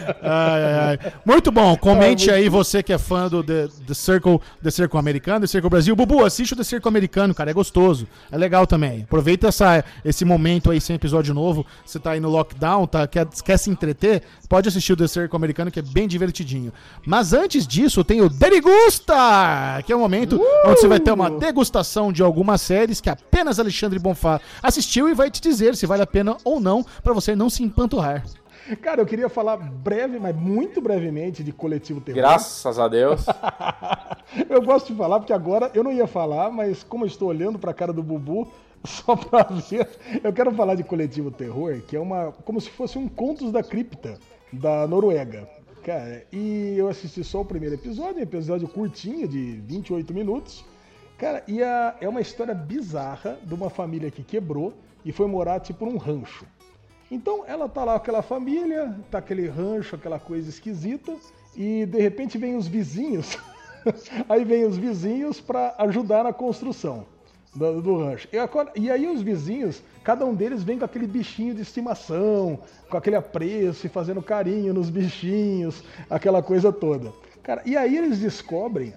[SPEAKER 1] Muito bom, comente aí você que é fã do The Circle americano, The Circle Brasil. Bubu, assiste o The Circle americano, cara, é gostoso, é legal também. Aproveita esse momento aí sem episódio novo, você tá aí no lockdown, quer se entreter, pode assistir o The Circle americano, que é bem divertidinho. Mas antes disso, tem o Derigusta, que é o momento onde você vai ter uma degustação de algumas séries que apenas Alexandre Bonfá assistiu e vai te dizer se vale a pena ou não, pra você não se empanturrar.
[SPEAKER 3] Cara, eu queria falar mas muito brevemente de Coletivo Terror.
[SPEAKER 2] Graças a Deus.
[SPEAKER 3] Eu gosto de falar, porque agora eu não ia falar, mas como eu estou olhando pra cara do Bubu, só pra ver, eu quero falar de Coletivo Terror, que é como se fosse um Contos da Cripta da Noruega. Cara, e eu assisti só o primeiro episódio, um episódio curtinho de 28 minutos. Cara, e é uma história bizarra de uma família que quebrou e foi morar tipo num rancho. Então ela tá lá com aquela família, tá aquele rancho, aquela coisa esquisita, e de repente vem os vizinhos, aí vem os vizinhos pra ajudar na construção do rancho. E aí os vizinhos, cada um deles vem com aquele bichinho de estimação, com aquele apreço e fazendo carinho nos bichinhos, aquela coisa toda. Cara, e aí eles descobrem,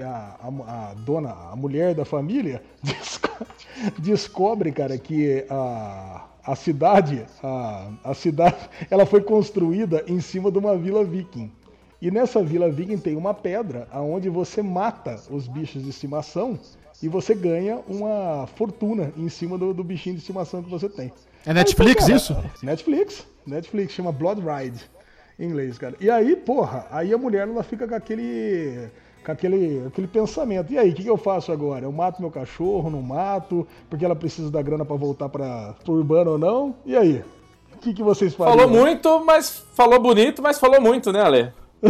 [SPEAKER 3] a mulher da família, descobre, cara, que a cidade, ela foi construída em cima de uma vila viking. E nessa vila viking tem uma pedra onde você mata os bichos de estimação e você ganha uma fortuna em cima do bichinho de estimação que você tem.
[SPEAKER 1] É Netflix isso?
[SPEAKER 3] Netflix, chama Blood Ride, em inglês, cara. E aí, porra, aí a mulher ela fica com aquele pensamento. E aí, o que eu faço agora? Eu mato meu cachorro, não mato? Porque ela precisa da grana pra voltar pro urbano ou não? E aí? O que vocês fazem?
[SPEAKER 2] Falou muito, mas falou bonito, mas falou muito, né, Ale?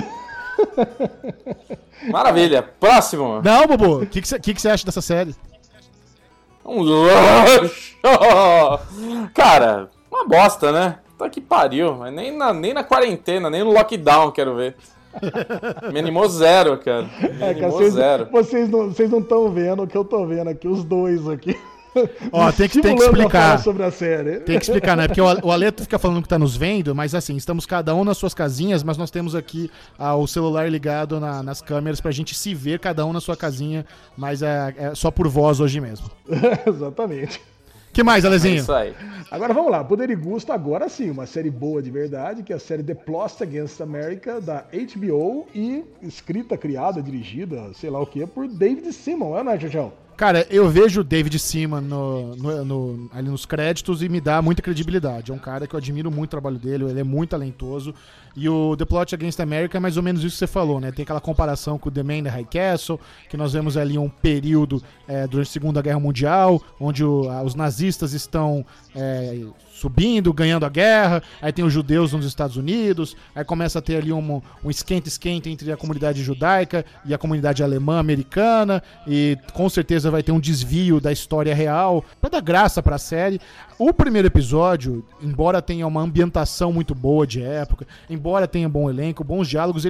[SPEAKER 2] Maravilha. Próximo.
[SPEAKER 1] Não, Bubu, o que você acha dessa série?
[SPEAKER 2] Um luxo! Cara, uma bosta, né? Tá que pariu. Mas nem na quarentena, nem no lockdown quero ver. Me animou zero, cara. Me animou zero.
[SPEAKER 3] Vocês não estão vendo o que eu tô vendo aqui, os dois aqui.
[SPEAKER 1] Ó, tem que explicar
[SPEAKER 3] sobre a série.
[SPEAKER 1] Tem que explicar, né? Porque o Aleto fica falando que tá nos vendo, mas assim, estamos cada um nas suas casinhas, mas nós temos aqui o celular ligado nas câmeras pra gente se ver cada um na sua casinha, mas é só por voz hoje mesmo.
[SPEAKER 3] Exatamente.
[SPEAKER 1] Que mais, Alezinho?
[SPEAKER 2] É isso aí.
[SPEAKER 3] Agora vamos lá, Poder e Gusto, agora sim, uma série boa de verdade, que é a série The Plot Against America, da HBO, e escrita, criada, dirigida, sei lá o que, por David Simon, né, Chachão?
[SPEAKER 1] Cara, eu vejo o David Simon ali nos créditos e me dá muita credibilidade. É um cara que eu admiro muito o trabalho dele, ele é muito talentoso. E o The Plot Against America é mais ou menos isso que você falou, né? Tem aquela comparação com o The Man in the High Castle, que nós vemos ali um período durante a Segunda Guerra Mundial, onde os nazistas estão subindo, ganhando a guerra, aí tem os judeus nos Estados Unidos, aí começa a ter ali um esquenta entre a comunidade judaica e a comunidade alemã americana, e com certeza vai ter um desvio da história real, pra dar graça pra série. O primeiro episódio, embora tenha uma ambientação muito boa de época, embora tenha bom elenco, bons diálogos, ele é um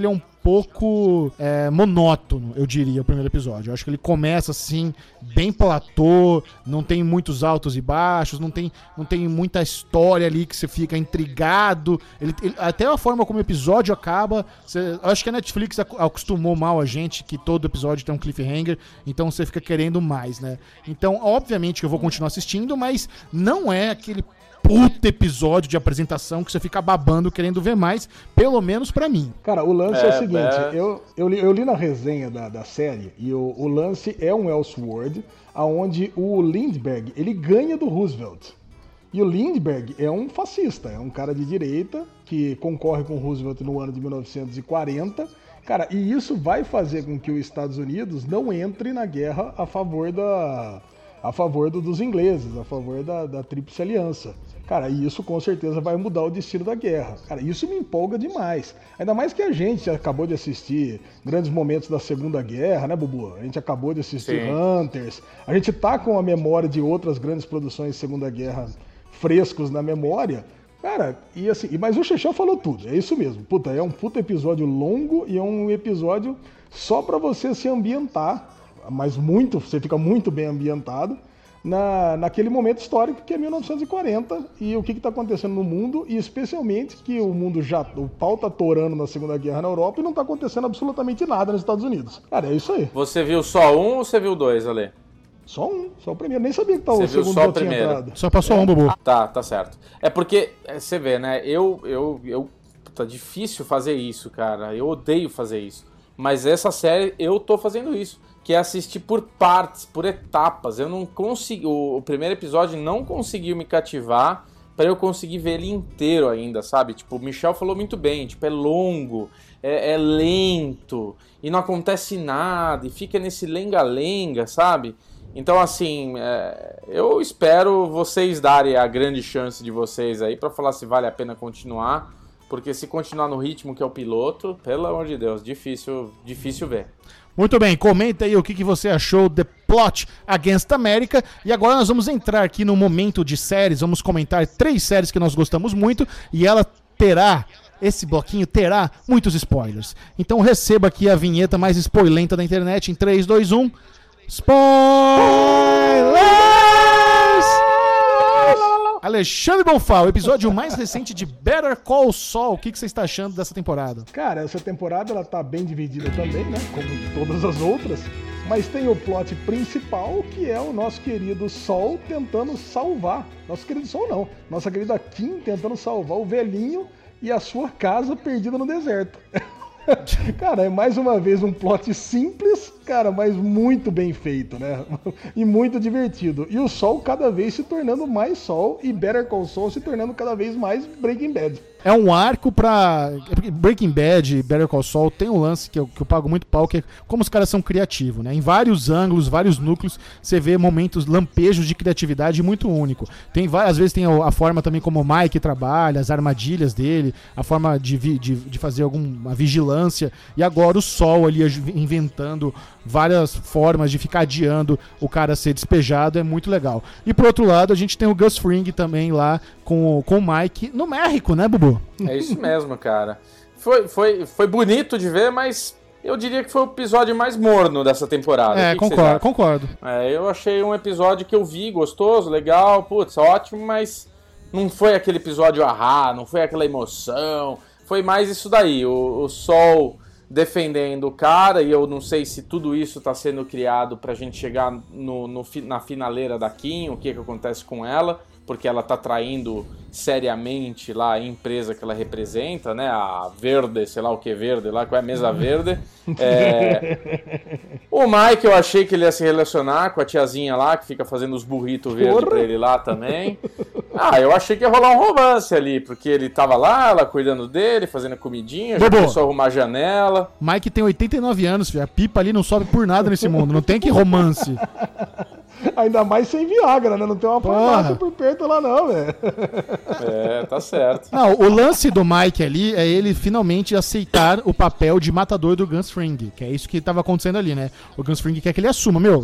[SPEAKER 1] pouco monótono, eu diria, o primeiro episódio. Eu acho que ele começa, assim, bem platô, não tem muitos altos e baixos, não tem muita história ali que você fica intrigado. Até a forma como o episódio acaba, eu acho que a Netflix acostumou mal a gente, que todo episódio tem um cliffhanger, então você fica querendo mais, né? Então, obviamente que eu vou continuar assistindo, mas não é aquele puta episódio de apresentação que você fica babando querendo ver mais, pelo menos pra mim.
[SPEAKER 3] Cara, o lance é o seguinte, eu li na resenha da série, e o lance é um Elseworld, onde o Lindbergh, ele ganha do Roosevelt. E o Lindbergh é um fascista, é um cara de direita que concorre com o Roosevelt no ano de 1940. Cara, e isso vai fazer com que os Estados Unidos não entre na guerra a favor dos ingleses, a favor da Tríplice Aliança. Cara, e isso com certeza vai mudar o destino da guerra. Cara, isso me empolga demais. Ainda mais que a gente acabou de assistir grandes momentos da Segunda Guerra, né, Bubu? A gente acabou de assistir Hunters. A gente tá com a memória de outras grandes produções de Segunda Guerra frescos na memória. Cara, e assim, mas o Chechel falou tudo, é isso mesmo. Puta, é um puta episódio longo e é um episódio só pra você se ambientar, mas você fica muito bem ambientado naquele momento histórico que é 1940 e o que está acontecendo no mundo, e especialmente que o pau tá torando na Segunda Guerra na Europa e não tá acontecendo absolutamente nada nos Estados Unidos. Cara, é isso aí.
[SPEAKER 2] Você viu só um ou você viu dois, Ale?
[SPEAKER 3] Só o primeiro. Nem sabia que o segundo já tinha entrado.
[SPEAKER 1] Só passou um, Bubu.
[SPEAKER 2] Tá certo. É porque, você vê, né, tá difícil fazer isso, cara. Eu odeio fazer isso. Mas essa série, eu tô fazendo isso. Que é assistir por partes, por etapas. Eu não consegui. O primeiro episódio não conseguiu me cativar pra eu conseguir ver ele inteiro ainda, sabe? Tipo, o Michel falou muito bem, tipo, é longo, é lento, e não acontece nada, e fica nesse lenga-lenga, sabe? Então, assim, eu espero vocês darem a grande chance de vocês aí pra falar se vale a pena continuar, porque se continuar no ritmo que é o piloto, pelo amor de Deus, difícil ver.
[SPEAKER 1] Muito bem, comenta aí o que você achou The Plot Against America. E agora nós vamos entrar aqui no momento de séries, vamos comentar 3 séries que nós gostamos muito, e esse bloquinho terá muitos spoilers. Então receba aqui a vinheta mais spoilenta da internet em 3, 2, 1... Spoilers! Alexandre Bonfá, o episódio mais recente de Better Call Saul. O que você está achando dessa temporada?
[SPEAKER 3] Cara, essa temporada ela tá bem dividida também, né? Como todas as outras. Mas tem o plot principal, que é o nosso querido Saul tentando salvar. Nosso querido Saul não. Nossa querida Kim tentando salvar o velhinho e a sua casa perdida no deserto. Cara, é mais uma vez um plot simples, cara, mas muito bem feito, né? E muito divertido. E o Saul cada vez se tornando mais Saul e Better Call Saul se tornando cada vez mais Breaking Bad.
[SPEAKER 1] É um arco pra... Breaking Bad e Better Call Saul tem um lance que eu pago muito pau, que é como os caras são criativos, né? Em vários ângulos, vários núcleos, você vê momentos, lampejos de criatividade muito único. Às vezes tem a forma também como o Mike trabalha, as armadilhas dele, a forma de fazer alguma vigilância, e agora o Saul ali inventando várias formas de ficar adiando o cara ser despejado, é muito legal. E por outro lado, a gente tem o Gus Fring também lá com o Mike no México, né, Bubu?
[SPEAKER 2] É isso mesmo, cara. Foi bonito de ver, mas eu diria que foi o episódio mais morno dessa temporada.
[SPEAKER 1] Concordo.
[SPEAKER 2] Eu achei um episódio que eu vi, gostoso, legal, putz, ótimo, mas não foi aquele episódio não foi aquela emoção, foi mais isso daí, o Sol defendendo o cara, e eu não sei se tudo isso tá sendo criado pra gente chegar na finaleira da Kim, o que acontece com ela, porque ela tá traindo seriamente lá a empresa que ela representa, né, a Verde, sei lá o que Verde lá, qual é a mesa verde. O Mike, eu achei que ele ia se relacionar com a tiazinha lá, que fica fazendo os burritos verdes pra ele lá também. Eu achei que ia rolar um romance ali, porque ele tava lá, ela cuidando dele, fazendo comidinha, já começou a arrumar a janela.
[SPEAKER 1] Mike tem 89 anos, filho. A pipa ali não sobe por nada nesse mundo, não tem que romance.
[SPEAKER 3] Ainda mais sem Viagra, né? Não tem uma farmácia por perto lá não, velho.
[SPEAKER 2] Tá certo.
[SPEAKER 1] Não, o lance do Mike ali é ele finalmente aceitar o papel de matador do Gus Fring, que é isso que tava acontecendo ali, né? O Gus Fring quer que ele assuma,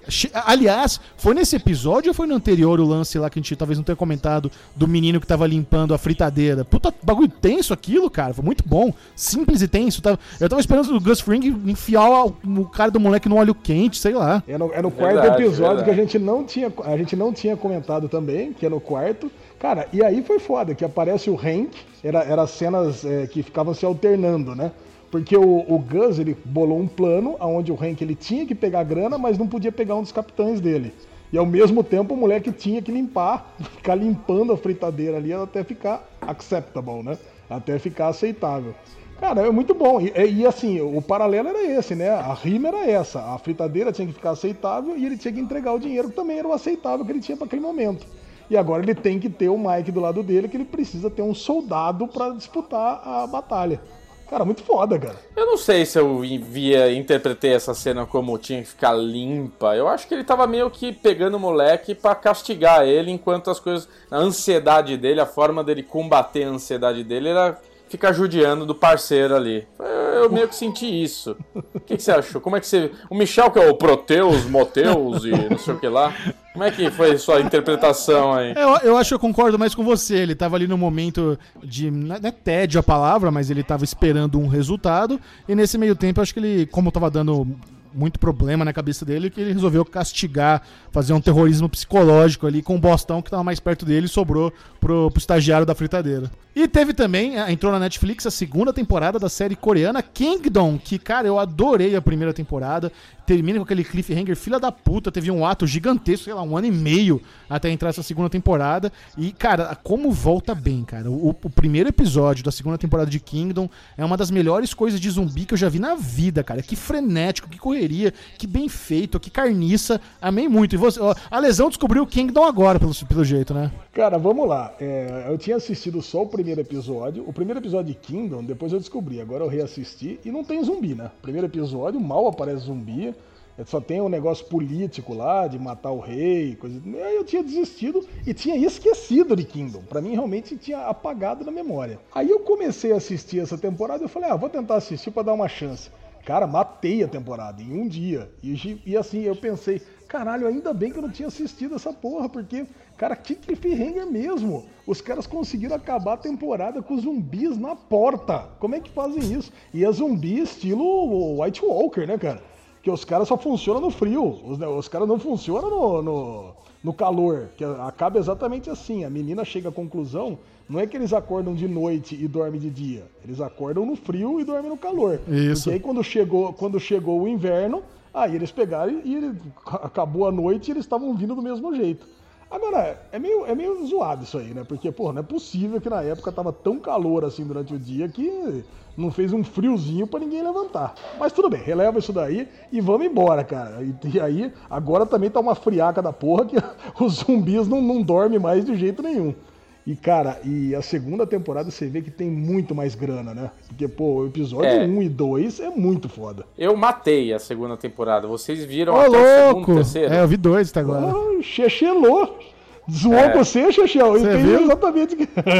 [SPEAKER 1] Aliás, foi nesse episódio ou foi no anterior o lance lá que a gente talvez não tenha comentado do menino que tava limpando a fritadeira? Puta, bagulho tenso aquilo, cara. Foi muito bom. Simples e tenso. Eu tava esperando o Gus Fring enfiar o cara do moleque no óleo quente, sei lá.
[SPEAKER 3] É no quarto episódio que a gente não tinha comentado também, que é no quarto. Cara, e aí foi foda, que aparece o Hank, era cenas que ficavam se alternando, né? Porque o Gus, ele bolou um plano onde o Hank ele tinha que pegar a grana, mas não podia pegar um dos capitães dele. E ao mesmo tempo o moleque tinha que ficar limpando a fritadeira ali até ficar acceptable, né? Até ficar aceitável. Cara, é muito bom. E assim, o paralelo era esse, né? A rima era essa. A fritadeira tinha que ficar aceitável e ele tinha que entregar o dinheiro que também era o aceitável que ele tinha para aquele momento. E agora ele tem que ter o Mike do lado dele, que ele precisa ter um soldado para disputar a batalha. Cara, muito foda, cara.
[SPEAKER 2] Eu não sei se eu interpretei essa cena como tinha que ficar limpa. Eu acho que ele tava meio que pegando o moleque pra castigar ele, enquanto as coisas... A ansiedade dele, a forma dele combater a ansiedade dele era ficar judiando do parceiro ali. Eu meio que senti isso. O que você achou? Como é que você... O Michel, que é o Proteus, Moteus e não sei o que lá... Como é que foi a sua interpretação aí?
[SPEAKER 1] Eu acho que eu concordo mais com você. Ele tava ali no momento de... Não é tédio a palavra, mas ele tava esperando um resultado. E nesse meio tempo, eu acho que ele, como tava dando muito problema na cabeça dele, que ele resolveu castigar, fazer um terrorismo psicológico ali com o Bostão que tava mais perto dele e sobrou pro estagiário da fritadeira. E teve também, entrou na Netflix a segunda temporada da série coreana Kingdom, que, cara, eu adorei a primeira temporada. Termina com aquele cliffhanger filha da puta, teve um ato gigantesco, sei lá, 1 ano e meio até entrar essa segunda temporada. E, cara, como volta bem, cara. O primeiro episódio da segunda temporada de Kingdom é uma das melhores coisas de zumbi que eu já vi na vida, cara. Que frenético, que correria, que bem feito, que carniça. Amei muito. E você, ó, a Lesão descobriu o Kingdom agora, pelo jeito, né?
[SPEAKER 3] Cara, vamos lá. Eu tinha assistido só o primeiro episódio. O primeiro episódio de Kingdom, depois eu descobri. Agora eu reassisti e não tem zumbi, né? Primeiro episódio, mal aparece zumbi. Só tem um negócio político lá, de matar o rei, coisa... Aí eu tinha desistido e tinha esquecido de Kingdom. Pra mim, realmente, tinha apagado na memória. Aí eu comecei a assistir essa temporada e eu falei, vou tentar assistir pra dar uma chance. Cara, matei a temporada em um dia. E assim, eu pensei, caralho, ainda bem que eu não tinha assistido essa porra, porque, cara, que cliffhanger mesmo. Os caras conseguiram acabar a temporada com zumbis na porta. Como é que fazem isso? E é zumbi estilo White Walker, né, cara? Que os caras só funcionam no frio, os caras não funcionam no calor, que acaba exatamente assim, a menina chega à conclusão, não é que eles acordam de noite e dormem de dia, eles acordam no frio e dormem no calor.
[SPEAKER 1] Isso.
[SPEAKER 3] Porque aí quando chegou o inverno, aí eles pegaram e acabou a noite e eles estavam vindo do mesmo jeito. Agora, é meio zoado isso aí, né? Porque, pô, não é possível que na época tava tão calor assim durante o dia que não fez um friozinho pra ninguém levantar. Mas tudo bem, releva isso daí e vamos embora, cara. E aí, agora também tá uma friaca da porra que os zumbis não dormem mais de jeito nenhum. E, cara, a segunda temporada você vê que tem muito mais grana, né? Porque, pô, o episódio 1 e 2 é muito foda.
[SPEAKER 2] Eu matei a segunda temporada. Vocês viram
[SPEAKER 1] até
[SPEAKER 2] o segundo,
[SPEAKER 1] terceiro? Eu vi 2 até agora.
[SPEAKER 3] Chechelou. Zoou você, Chechel?
[SPEAKER 1] Você viu?
[SPEAKER 3] Exatamente.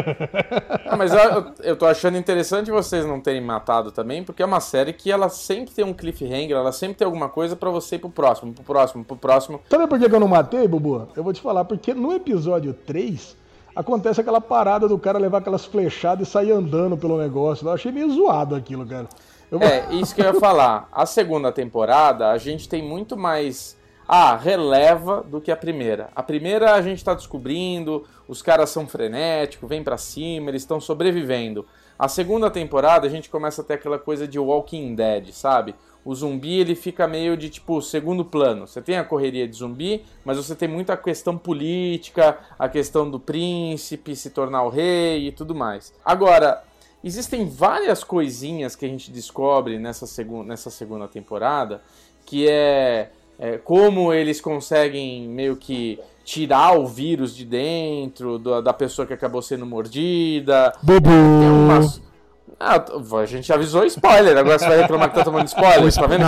[SPEAKER 2] Mas eu tô achando interessante vocês não terem matado também, porque é uma série que ela sempre tem um cliffhanger, ela sempre tem alguma coisa pra você ir pro próximo.
[SPEAKER 3] Sabe por que eu não matei, Bubu? Eu vou te falar, porque no episódio 3... acontece aquela parada do cara levar aquelas flechadas e sair andando pelo negócio. Eu achei meio zoado aquilo, cara.
[SPEAKER 2] Isso que eu ia falar. A segunda temporada, a gente tem muito mais releva do que a primeira. A primeira a gente tá descobrindo, os caras são frenéticos, vêm pra cima, eles estão sobrevivendo. A segunda temporada a gente começa a ter aquela coisa de Walking Dead, sabe? O zumbi, ele fica meio de, tipo, segundo plano. Você tem a correria de zumbi, mas você tem muita questão política, a questão do príncipe se tornar o rei e tudo mais. Agora, existem várias coisinhas que a gente descobre nessa segunda temporada, que é como eles conseguem meio que tirar o vírus de dentro da pessoa que acabou sendo mordida.
[SPEAKER 1] Bubu!
[SPEAKER 2] Tem umas... a gente avisou spoiler, agora você vai reclamar que tá tomando spoiler, tá vendo?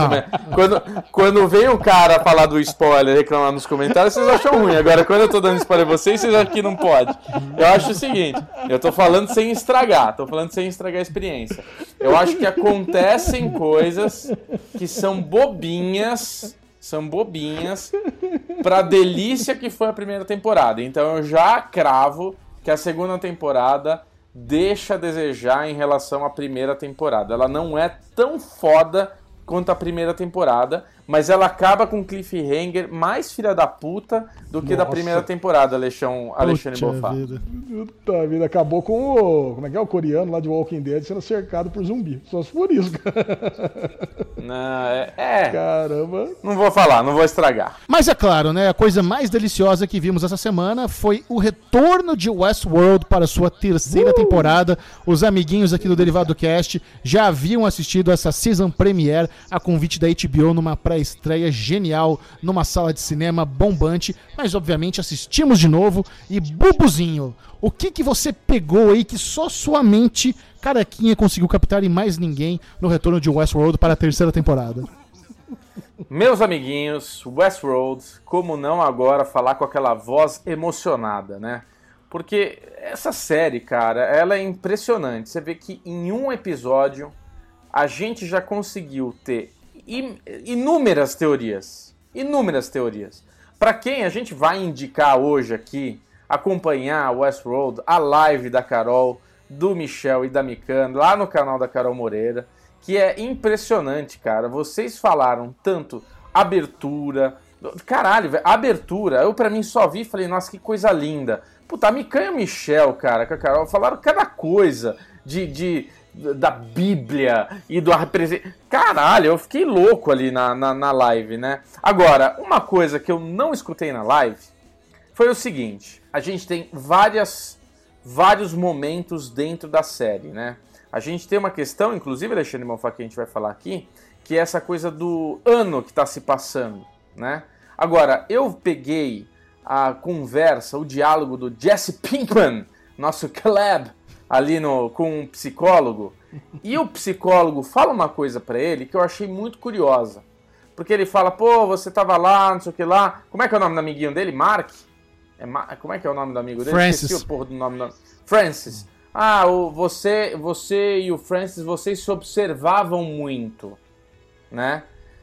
[SPEAKER 2] Quando vem o cara falar do spoiler e reclamar nos comentários, vocês acham ruim. Agora, quando eu tô dando spoiler a vocês acham que não pode. Eu acho o seguinte, eu tô falando sem estragar a experiência. Eu acho que acontecem coisas que são bobinhas, são bobinhas pra delícia que foi a primeira temporada. Então eu já cravo que a segunda temporada deixa a desejar em relação à primeira temporada. Ela não é tão foda quanto a primeira temporada, mas ela acaba com um cliffhanger mais filha da puta do que da primeira temporada, Alexandre Bonfá.
[SPEAKER 3] Puta vida, acabou com o... Como é que é? O coreano lá de Walking Dead sendo cercado por zumbi. Só se for isso, cara.
[SPEAKER 2] Não,
[SPEAKER 3] Caramba.
[SPEAKER 2] Não vou falar, não vou estragar.
[SPEAKER 1] Mas é claro, né? A coisa mais deliciosa que vimos essa semana foi o retorno de Westworld para sua terceira temporada. Os amiguinhos aqui do Derivado Cast já haviam assistido essa season premiere a convite da HBO numa pré-estreia genial, numa sala de cinema bombante, mas obviamente assistimos de novo. E Bubuzinho, o que você pegou aí que só sua mente carequinha conseguiu captar e mais ninguém no retorno de Westworld para a terceira temporada?
[SPEAKER 2] Meus amiguinhos, Westworld, como não agora falar com aquela voz emocionada, né? Porque essa série, cara, ela é impressionante. Você vê que em um episódio a gente já conseguiu ter inúmeras teorias. Inúmeras teorias. Para quem a gente vai indicar hoje aqui, acompanhar Westworld, a live da Carol, do Michel e da Mikan, lá no canal da Carol Moreira, que é impressionante, cara. Vocês falaram tanto abertura... Caralho, velho, abertura, eu pra mim só vi e falei, nossa, que coisa linda. Puta, a Mikan e o Michel, cara, com a Carol, falaram cada coisa da Bíblia e do caralho, eu fiquei louco ali na live, né? Agora, uma coisa que eu não escutei na live foi o seguinte, a gente tem vários momentos dentro da série, né? A gente tem uma questão, inclusive, Alexandre Bonfá, que a gente vai falar aqui, que é essa coisa do ano que está se passando, né? Agora, eu peguei a conversa, o diálogo do Jesse Pinkman, nosso Caleb, ali com um psicólogo, e o psicólogo fala uma coisa pra ele que eu achei muito curiosa, porque ele fala, pô, você tava lá, não sei o que lá, como é que é o nome do amiguinho dele? Mark? Como é que é o nome do amigo dele?
[SPEAKER 1] Francis.
[SPEAKER 2] Esqueci o porra do nome. Francis. Ah, você e o Francis, vocês se observavam muito, né?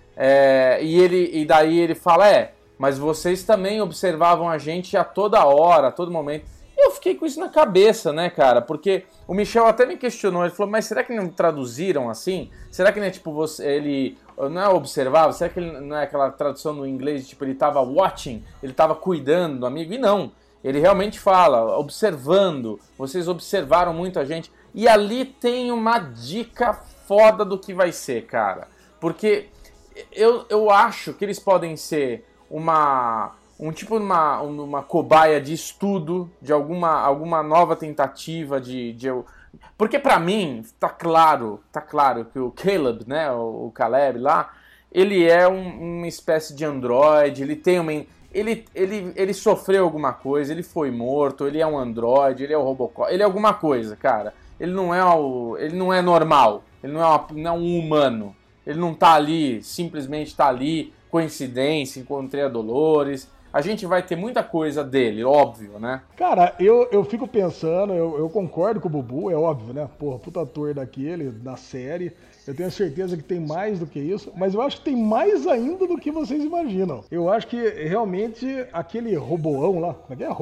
[SPEAKER 2] E daí ele fala, mas vocês também observavam a gente a toda hora, a todo momento. Eu fiquei com isso na cabeça, né, cara? Porque o Michel até me questionou, ele falou, mas será que não traduziram assim? Será que não é tipo ele não é observava? Será que ele não é aquela tradução no inglês, tipo, ele tava watching, ele tava cuidando do amigo? E não, ele realmente fala, observando, vocês observaram muito a gente. E ali tem uma dica foda do que vai ser, cara. Porque eu acho que eles podem ser uma cobaia de estudo, de alguma nova tentativa porque pra mim, tá claro que o Caleb, né, o Caleb lá, ele é uma espécie de androide, ele tem ele sofreu alguma coisa, ele foi morto, ele é um androide, ele é o Robocop, ele é alguma coisa, cara. Ele não é normal, ele não é um humano. Ele não tá ali, simplesmente tá ali, coincidência, encontrei a Dolores. A gente vai ter muita coisa dele, óbvio, né?
[SPEAKER 3] Cara, eu fico pensando, eu concordo com o Bubu, é óbvio, né? Porra, puta ator daquele, da série. Eu tenho certeza que tem mais do que isso, mas eu acho que tem mais ainda do que vocês imaginam. Eu acho que realmente aquele roboão lá, como é que é?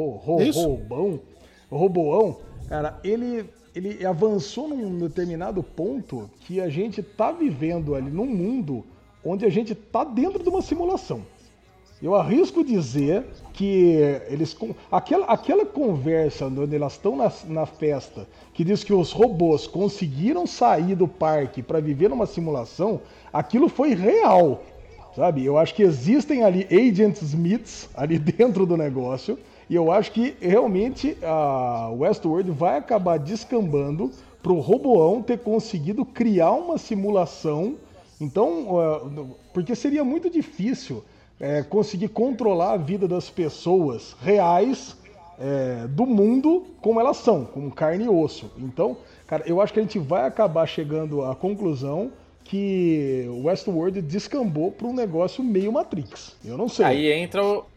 [SPEAKER 3] Roboão, cara, ele avançou num determinado ponto que a gente tá vivendo ali num mundo onde a gente tá dentro de uma simulação. Eu arrisco dizer que aquela conversa onde elas estão na festa, que diz que os robôs conseguiram sair do parque para viver numa simulação, aquilo foi real, sabe? Eu acho que existem ali Agent Smiths ali dentro do negócio, e eu acho que realmente a Westworld vai acabar descambando pro roboão ter conseguido criar uma simulação. Então, porque seria muito difícil conseguir controlar a vida das pessoas reais do mundo como elas são, como carne e osso. Então, cara, eu acho que a gente vai acabar chegando à conclusão que o Westworld descambou para um negócio meio Matrix. Eu não sei.
[SPEAKER 2] Aí entra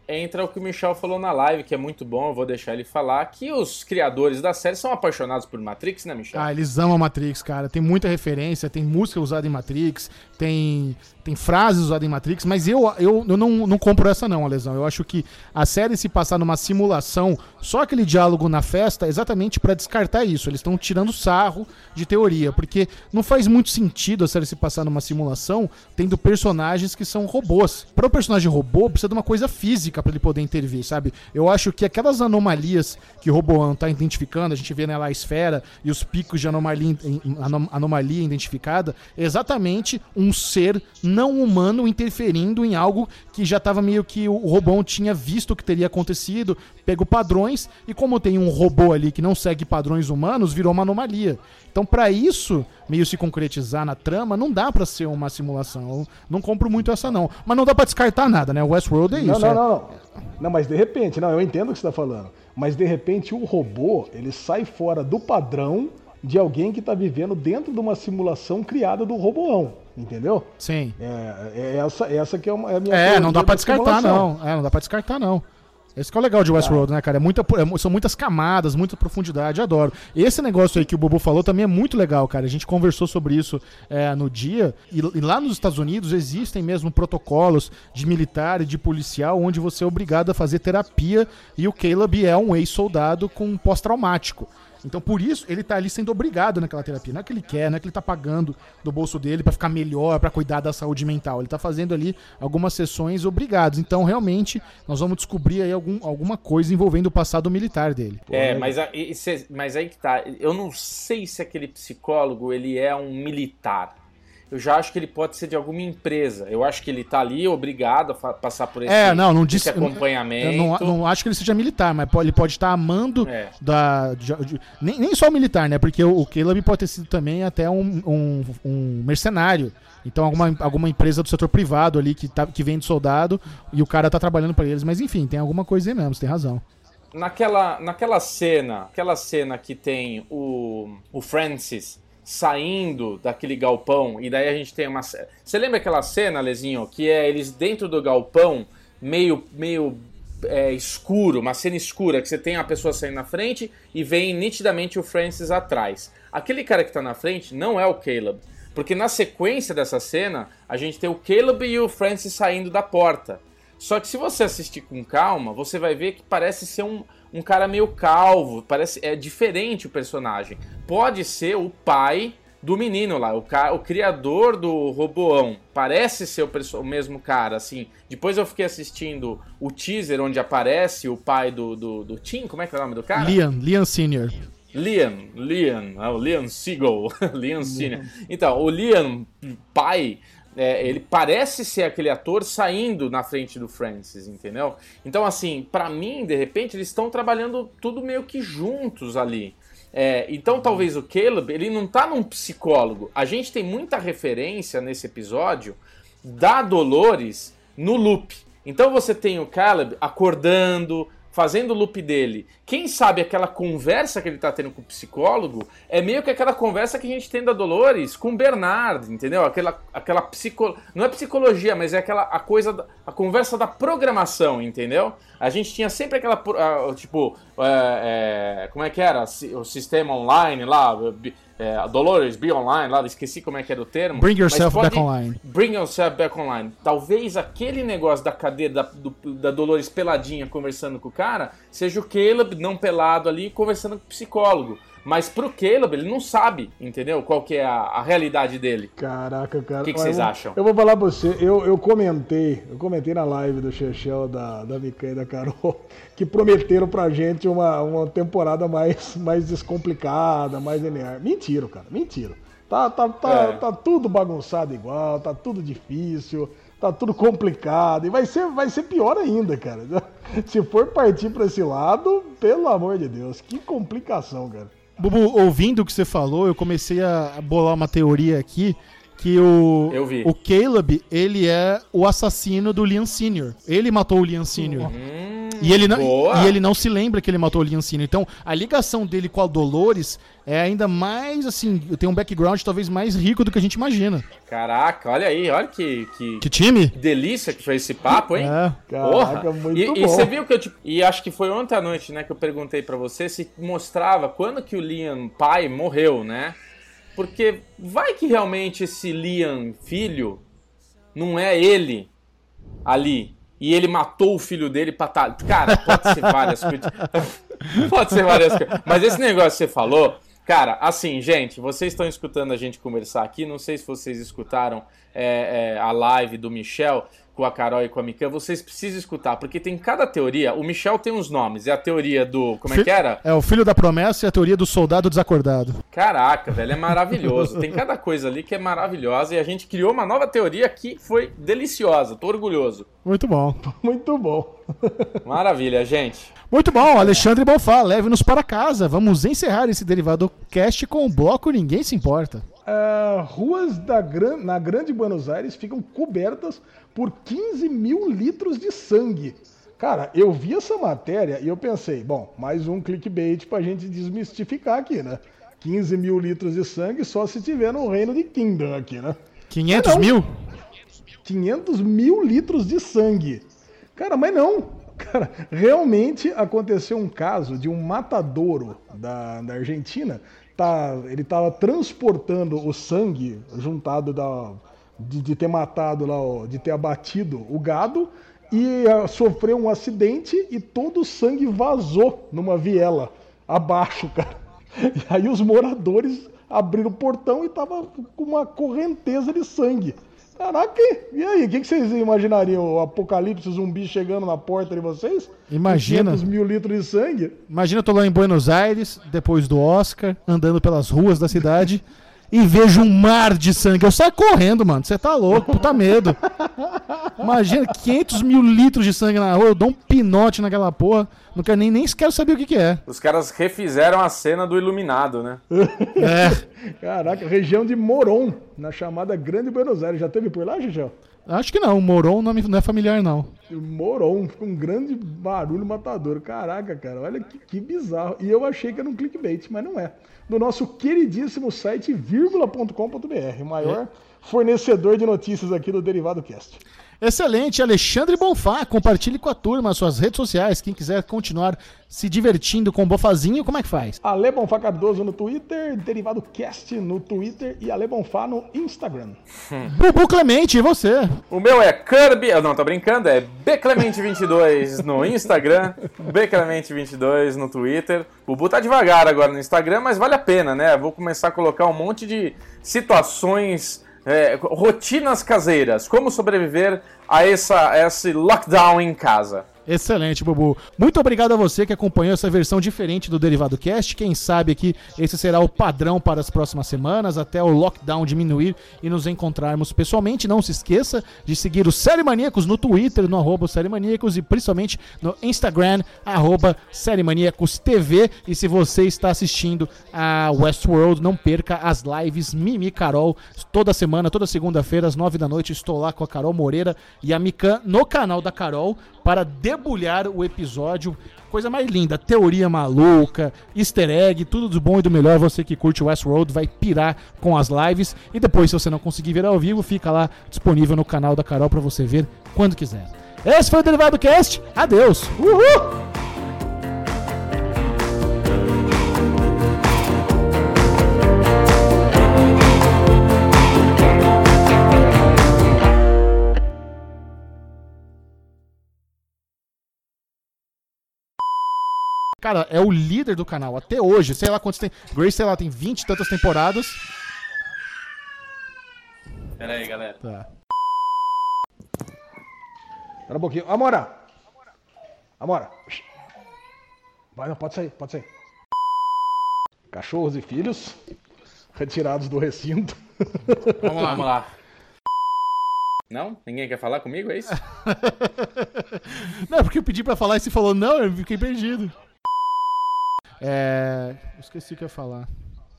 [SPEAKER 2] entra o que o Michel falou na live, que é muito bom, eu vou deixar ele falar, que os criadores da série são apaixonados por Matrix, né, Michel?
[SPEAKER 1] Ah, eles amam Matrix, cara. Tem muita referência, tem música usada em Matrix, tem frases usadas em Matrix, mas eu não compro essa não, Alesão. Eu acho que a série se passar numa simulação, só aquele diálogo na festa, é exatamente pra descartar isso. Eles estão tirando sarro de teoria, porque não faz muito sentido a série se passar numa simulação tendo personagens que são robôs. Para o personagem robô, precisa de uma coisa física pra ele poder intervir, sabe? Eu acho que aquelas anomalias que o Roboão tá identificando, a gente vê nela a esfera e os picos de anomalia identificada, é exatamente um ser não humano interferindo em algo que já estava meio que o Roboão tinha visto que teria acontecido, pegou padrões, e como tem um robô ali que não segue padrões humanos, virou uma anomalia. Então, pra isso meio se concretizar na trama, não dá pra ser uma simulação. Eu não compro muito essa não. Mas não dá pra descartar nada, né? O Westworld é isso.
[SPEAKER 3] Não, mas de repente, eu entendo o que você tá falando, mas de repente o robô, ele sai fora do padrão de alguém que tá vivendo dentro de uma simulação criada do Roboão. Entendeu?
[SPEAKER 1] Sim.
[SPEAKER 3] Essa que é a minha
[SPEAKER 1] não dá pra descartar, não. Não dá pra descartar, não. Esse que é o legal de Westworld, né, cara? São muitas camadas, muita profundidade, adoro. Esse negócio aí que o Bubu falou também é muito legal, cara. A gente conversou sobre isso no dia. E lá nos Estados Unidos existem mesmo protocolos de militar e de policial onde você é obrigado a fazer terapia, e o Caleb é um ex-soldado com pós-traumático. Então, por isso, ele tá ali sendo obrigado naquela terapia. Não é que ele quer, não é que ele tá pagando do bolso dele pra ficar melhor, pra cuidar da saúde mental. Ele tá fazendo ali algumas sessões obrigados. Então, realmente, nós vamos descobrir aí alguma coisa envolvendo o passado militar dele.
[SPEAKER 2] Mas aí que tá. Eu não sei se aquele psicólogo, ele é um militar. Eu já acho que ele pode ser de alguma empresa. Eu acho que ele tá ali obrigado a passar por esse, esse acompanhamento.
[SPEAKER 1] Eu não acho que ele seja militar, mas ele pode estar amando nem só o militar, né? Porque o Caleb pode ter sido também até um mercenário. Então alguma empresa do setor privado ali que vende soldado e o cara tá trabalhando para eles. Mas enfim, tem alguma coisa aí mesmo, você tem razão.
[SPEAKER 2] Naquela cena que tem o Francis saindo daquele galpão, e daí a gente tem uma... Você lembra aquela cena, Lezinho, que é eles dentro do galpão, meio escuro, uma cena escura, que você tem a pessoa saindo na frente e vem nitidamente o Francis atrás. Aquele cara que tá na frente não é o Caleb, porque na sequência dessa cena, a gente tem o Caleb e o Francis saindo da porta. Só que se você assistir com calma, você vai ver que parece ser um cara meio calvo, é diferente o personagem. Pode ser o pai do menino lá, o criador do Roboão. Parece ser o mesmo cara, assim. Depois eu fiquei assistindo o teaser onde aparece o pai do Tim, como é que é o nome do cara?
[SPEAKER 1] Liam Sr.
[SPEAKER 2] o Liam Seagull, Liam Sr. Então, o Liam, pai... ele parece ser aquele ator saindo na frente do Francis, entendeu? Então, assim, pra mim, de repente, eles estão trabalhando tudo meio que juntos ali. Então, talvez o Caleb, ele não tá num psicólogo. A gente tem muita referência nesse episódio da Dolores no loop. Então, você tem o Caleb acordando, fazendo o loop dele. Quem sabe aquela conversa que ele tá tendo com o psicólogo é meio que aquela conversa que a gente tem da Dolores com o Bernard, entendeu? Aquela não é psicologia, mas é a conversa da programação, entendeu? A gente tinha sempre aquela, como é que era? O sistema online lá, a Dolores Be Online lá, esqueci como é que era o termo.
[SPEAKER 1] Bring yourself back online.
[SPEAKER 2] Bring yourself back online. Talvez aquele negócio da cadeira da Dolores peladinha conversando com o cara, seja o Caleb não pelado ali conversando com o psicólogo. Mas pro Caleb, ele não sabe, entendeu? Qual que é a realidade dele.
[SPEAKER 3] Caraca, cara.
[SPEAKER 2] O que vocês acham?
[SPEAKER 3] Eu vou falar pra você, eu comentei na live do Chechel, da Mica e da Carol, que prometeram pra gente uma temporada mais descomplicada, mais linear. Mentira, cara, mentira. Tá tudo bagunçado igual, tá tudo difícil, tá tudo complicado, e vai ser pior ainda, cara. Se for partir pra esse lado, pelo amor de Deus, que complicação, cara.
[SPEAKER 1] Bubu, ouvindo o que você falou, eu comecei a bolar uma teoria aqui, que o Caleb, ele é o assassino do Liam Sr. Ele matou o Liam Sr. E ele não se lembra que ele matou o Liam Senior. Então, a ligação dele com a Dolores é ainda mais, assim, tem um background talvez mais rico do que a gente imagina.
[SPEAKER 2] Caraca, olha aí, olha que
[SPEAKER 1] time?
[SPEAKER 2] Que delícia que foi esse papo, hein?
[SPEAKER 3] Caraca, muito bom.
[SPEAKER 2] E você viu que e acho que foi ontem à noite, né, que eu perguntei pra você se mostrava quando que o Liam pai morreu, né? Porque vai que realmente esse Liam filho não é ele ali. E ele matou o filho dele pra... Cara, pode ser várias coisas. Pode ser várias coisas. Mas esse negócio que você falou... Cara, assim, gente, vocês estão escutando a gente conversar aqui. Não sei se vocês escutaram a live do Michel com a Carol e com a Mikan. Vocês precisam escutar, porque tem cada teoria. O Michel tem uns nomes. É a teoria do... Como é que era?
[SPEAKER 1] É o filho da promessa e a teoria do soldado desacordado.
[SPEAKER 2] Caraca, velho, é maravilhoso. Tem cada coisa ali que é maravilhosa. E a gente criou uma nova teoria que foi deliciosa. Tô orgulhoso.
[SPEAKER 1] Muito bom.
[SPEAKER 3] Muito bom.
[SPEAKER 2] Maravilha, gente.
[SPEAKER 1] Muito bom, Alexandre Bonfá, leve-nos para casa. Vamos encerrar esse Derivado Cast com o bloco Ninguém Se Importa.
[SPEAKER 3] Ruas na Grande Buenos Aires ficam cobertas por 15 mil litros de sangue. Cara, eu vi essa matéria e eu pensei, bom, mais um clickbait pra gente desmistificar aqui, né? 15 mil litros de sangue só se tiver no reino de Kingdom aqui, né?
[SPEAKER 1] 500 mil?
[SPEAKER 3] 500 mil litros de sangue. Cara, mas não. Cara, realmente aconteceu um caso de um matadouro da Argentina. Ele estava transportando o sangue juntado de ter matado lá, de ter abatido o gado e sofreu um acidente e todo o sangue vazou numa viela abaixo, cara. E aí os moradores abriram o portão e tava com uma correnteza de sangue. Caraca, e aí? O que vocês imaginariam? O apocalipse zumbi chegando na porta de vocês?
[SPEAKER 1] Imagina.
[SPEAKER 3] 500 mil litros de sangue?
[SPEAKER 1] Imagina eu tô lá em Buenos Aires, depois do Oscar, andando pelas ruas da cidade e vejo um mar de sangue. Eu saio correndo, mano. Você tá louco, puta medo. Imagina 500 mil litros de sangue na rua, eu dou um pinote naquela porra. Não quero nem quero saber o que é.
[SPEAKER 2] Os caras refizeram a cena do Iluminado, né?
[SPEAKER 3] Caraca, região de Morón, na chamada Grande Buenos Aires. Já teve por lá, Gigiel?
[SPEAKER 1] Acho que não, Morón não é familiar, não.
[SPEAKER 3] Morón, com um grande barulho matador. Caraca, cara, olha que bizarro. E eu achei que era um clickbait, mas não é. Do nosso queridíssimo site vírgula.com.br, o maior fornecedor de notícias aqui do Derivado Cast.
[SPEAKER 1] Excelente, Alexandre Bonfá, compartilhe com a turma as suas redes sociais, quem quiser continuar se divertindo com o Bofazinho, como é que faz?
[SPEAKER 3] Ale Bonfá Cardoso no Twitter, Derivado Cast no Twitter e Ale Bonfá no Instagram.
[SPEAKER 1] Bubu Clemente, e você?
[SPEAKER 2] O meu é Kirby, não, tô brincando, é Bclemente22 no Instagram, Bclemente22 no Twitter. O Bubu tá devagar agora no Instagram, mas vale a pena, né? Vou começar a colocar um monte de situações... rotinas caseiras, como sobreviver a esse lockdown em casa.
[SPEAKER 1] Excelente, Bubu. Muito obrigado a você que acompanhou essa versão diferente do Derivado Cast. Quem sabe aqui esse será o padrão para as próximas semanas, até o lockdown diminuir e nos encontrarmos pessoalmente. Não se esqueça de seguir o Série Maníacos no Twitter, no @Série Maníacos e principalmente no Instagram, @Série Maníacos TV. E se você está assistindo a Westworld, não perca as lives Mimi Carol. Toda semana, toda segunda-feira, às 9 da noite, estou lá com a Carol Moreira e a Mikan no canal da Carol para debulhar o episódio. Coisa mais linda, teoria maluca, easter egg, tudo do bom e do melhor. Você que curte Westworld vai pirar com as lives. E depois, se você não conseguir ver ao vivo, fica lá disponível no canal da Carol para você ver quando quiser. Esse foi o Derivado Cast. Adeus! Uhul! Cara, é o líder do canal até hoje. Sei lá quantos tem. Grace, sei lá, tem 20 e tantas temporadas.
[SPEAKER 2] Pera aí, galera.
[SPEAKER 1] Tá.
[SPEAKER 3] Espera um pouquinho. Amora! Amora! Vai, não, pode sair. Cachorros e filhos retirados do recinto.
[SPEAKER 2] Vamos lá. Não? Ninguém quer falar comigo, é isso?
[SPEAKER 1] Não, porque eu pedi pra falar e você falou não, eu fiquei perdido. Esqueci o que eu ia falar.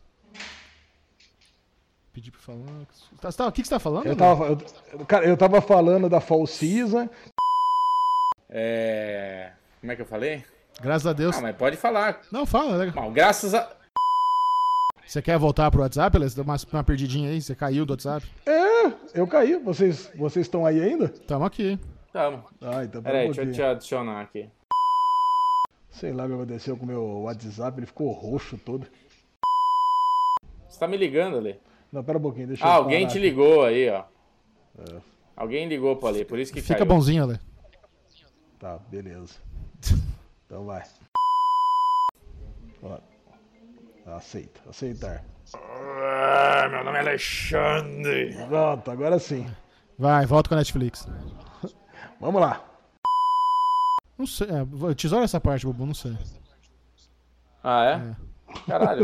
[SPEAKER 1] Pedi pra falar. O que você tá falando?
[SPEAKER 3] Eu tava falando da Fall Season.
[SPEAKER 2] Como é que eu falei?
[SPEAKER 1] Graças a Deus.
[SPEAKER 2] Ah, mas pode falar.
[SPEAKER 1] Não, fala, né?
[SPEAKER 2] Bom, graças a...
[SPEAKER 1] Você quer voltar pro WhatsApp, Alex? Dá uma perdidinha aí, você caiu do WhatsApp?
[SPEAKER 3] Eu caí. Vocês estão aí ainda?
[SPEAKER 1] Tamo aqui.
[SPEAKER 2] Tamo.
[SPEAKER 3] Então
[SPEAKER 2] Peraí, deixa eu te adicionar aqui.
[SPEAKER 3] Sei lá o que aconteceu com o meu WhatsApp, ele ficou roxo todo.
[SPEAKER 2] Você tá me ligando, Ale?
[SPEAKER 3] Não, pera um pouquinho, deixa eu
[SPEAKER 2] alguém
[SPEAKER 3] parar
[SPEAKER 2] te
[SPEAKER 3] aqui.
[SPEAKER 2] ligou aí, ó. Alguém ligou pro Ale, por isso que
[SPEAKER 1] Fica
[SPEAKER 2] caiu.
[SPEAKER 1] bonzinho, Ale.
[SPEAKER 3] Tá, beleza. Então vai. Ó. Aceitar.
[SPEAKER 2] Meu nome é Alexandre.
[SPEAKER 3] Pronto, agora sim.
[SPEAKER 1] Vai, volta com a Netflix.
[SPEAKER 3] Vamos lá.
[SPEAKER 1] Não sei, tesoura essa parte, Bubu, não sei.
[SPEAKER 2] Ah, é? Caralho.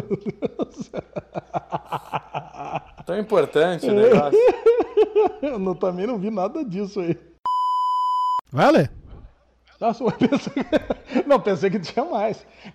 [SPEAKER 2] Tão importante o negócio.
[SPEAKER 3] Eu também não vi nada disso aí.
[SPEAKER 1] Vai, Ale?
[SPEAKER 3] Nossa, pensei que tinha mais.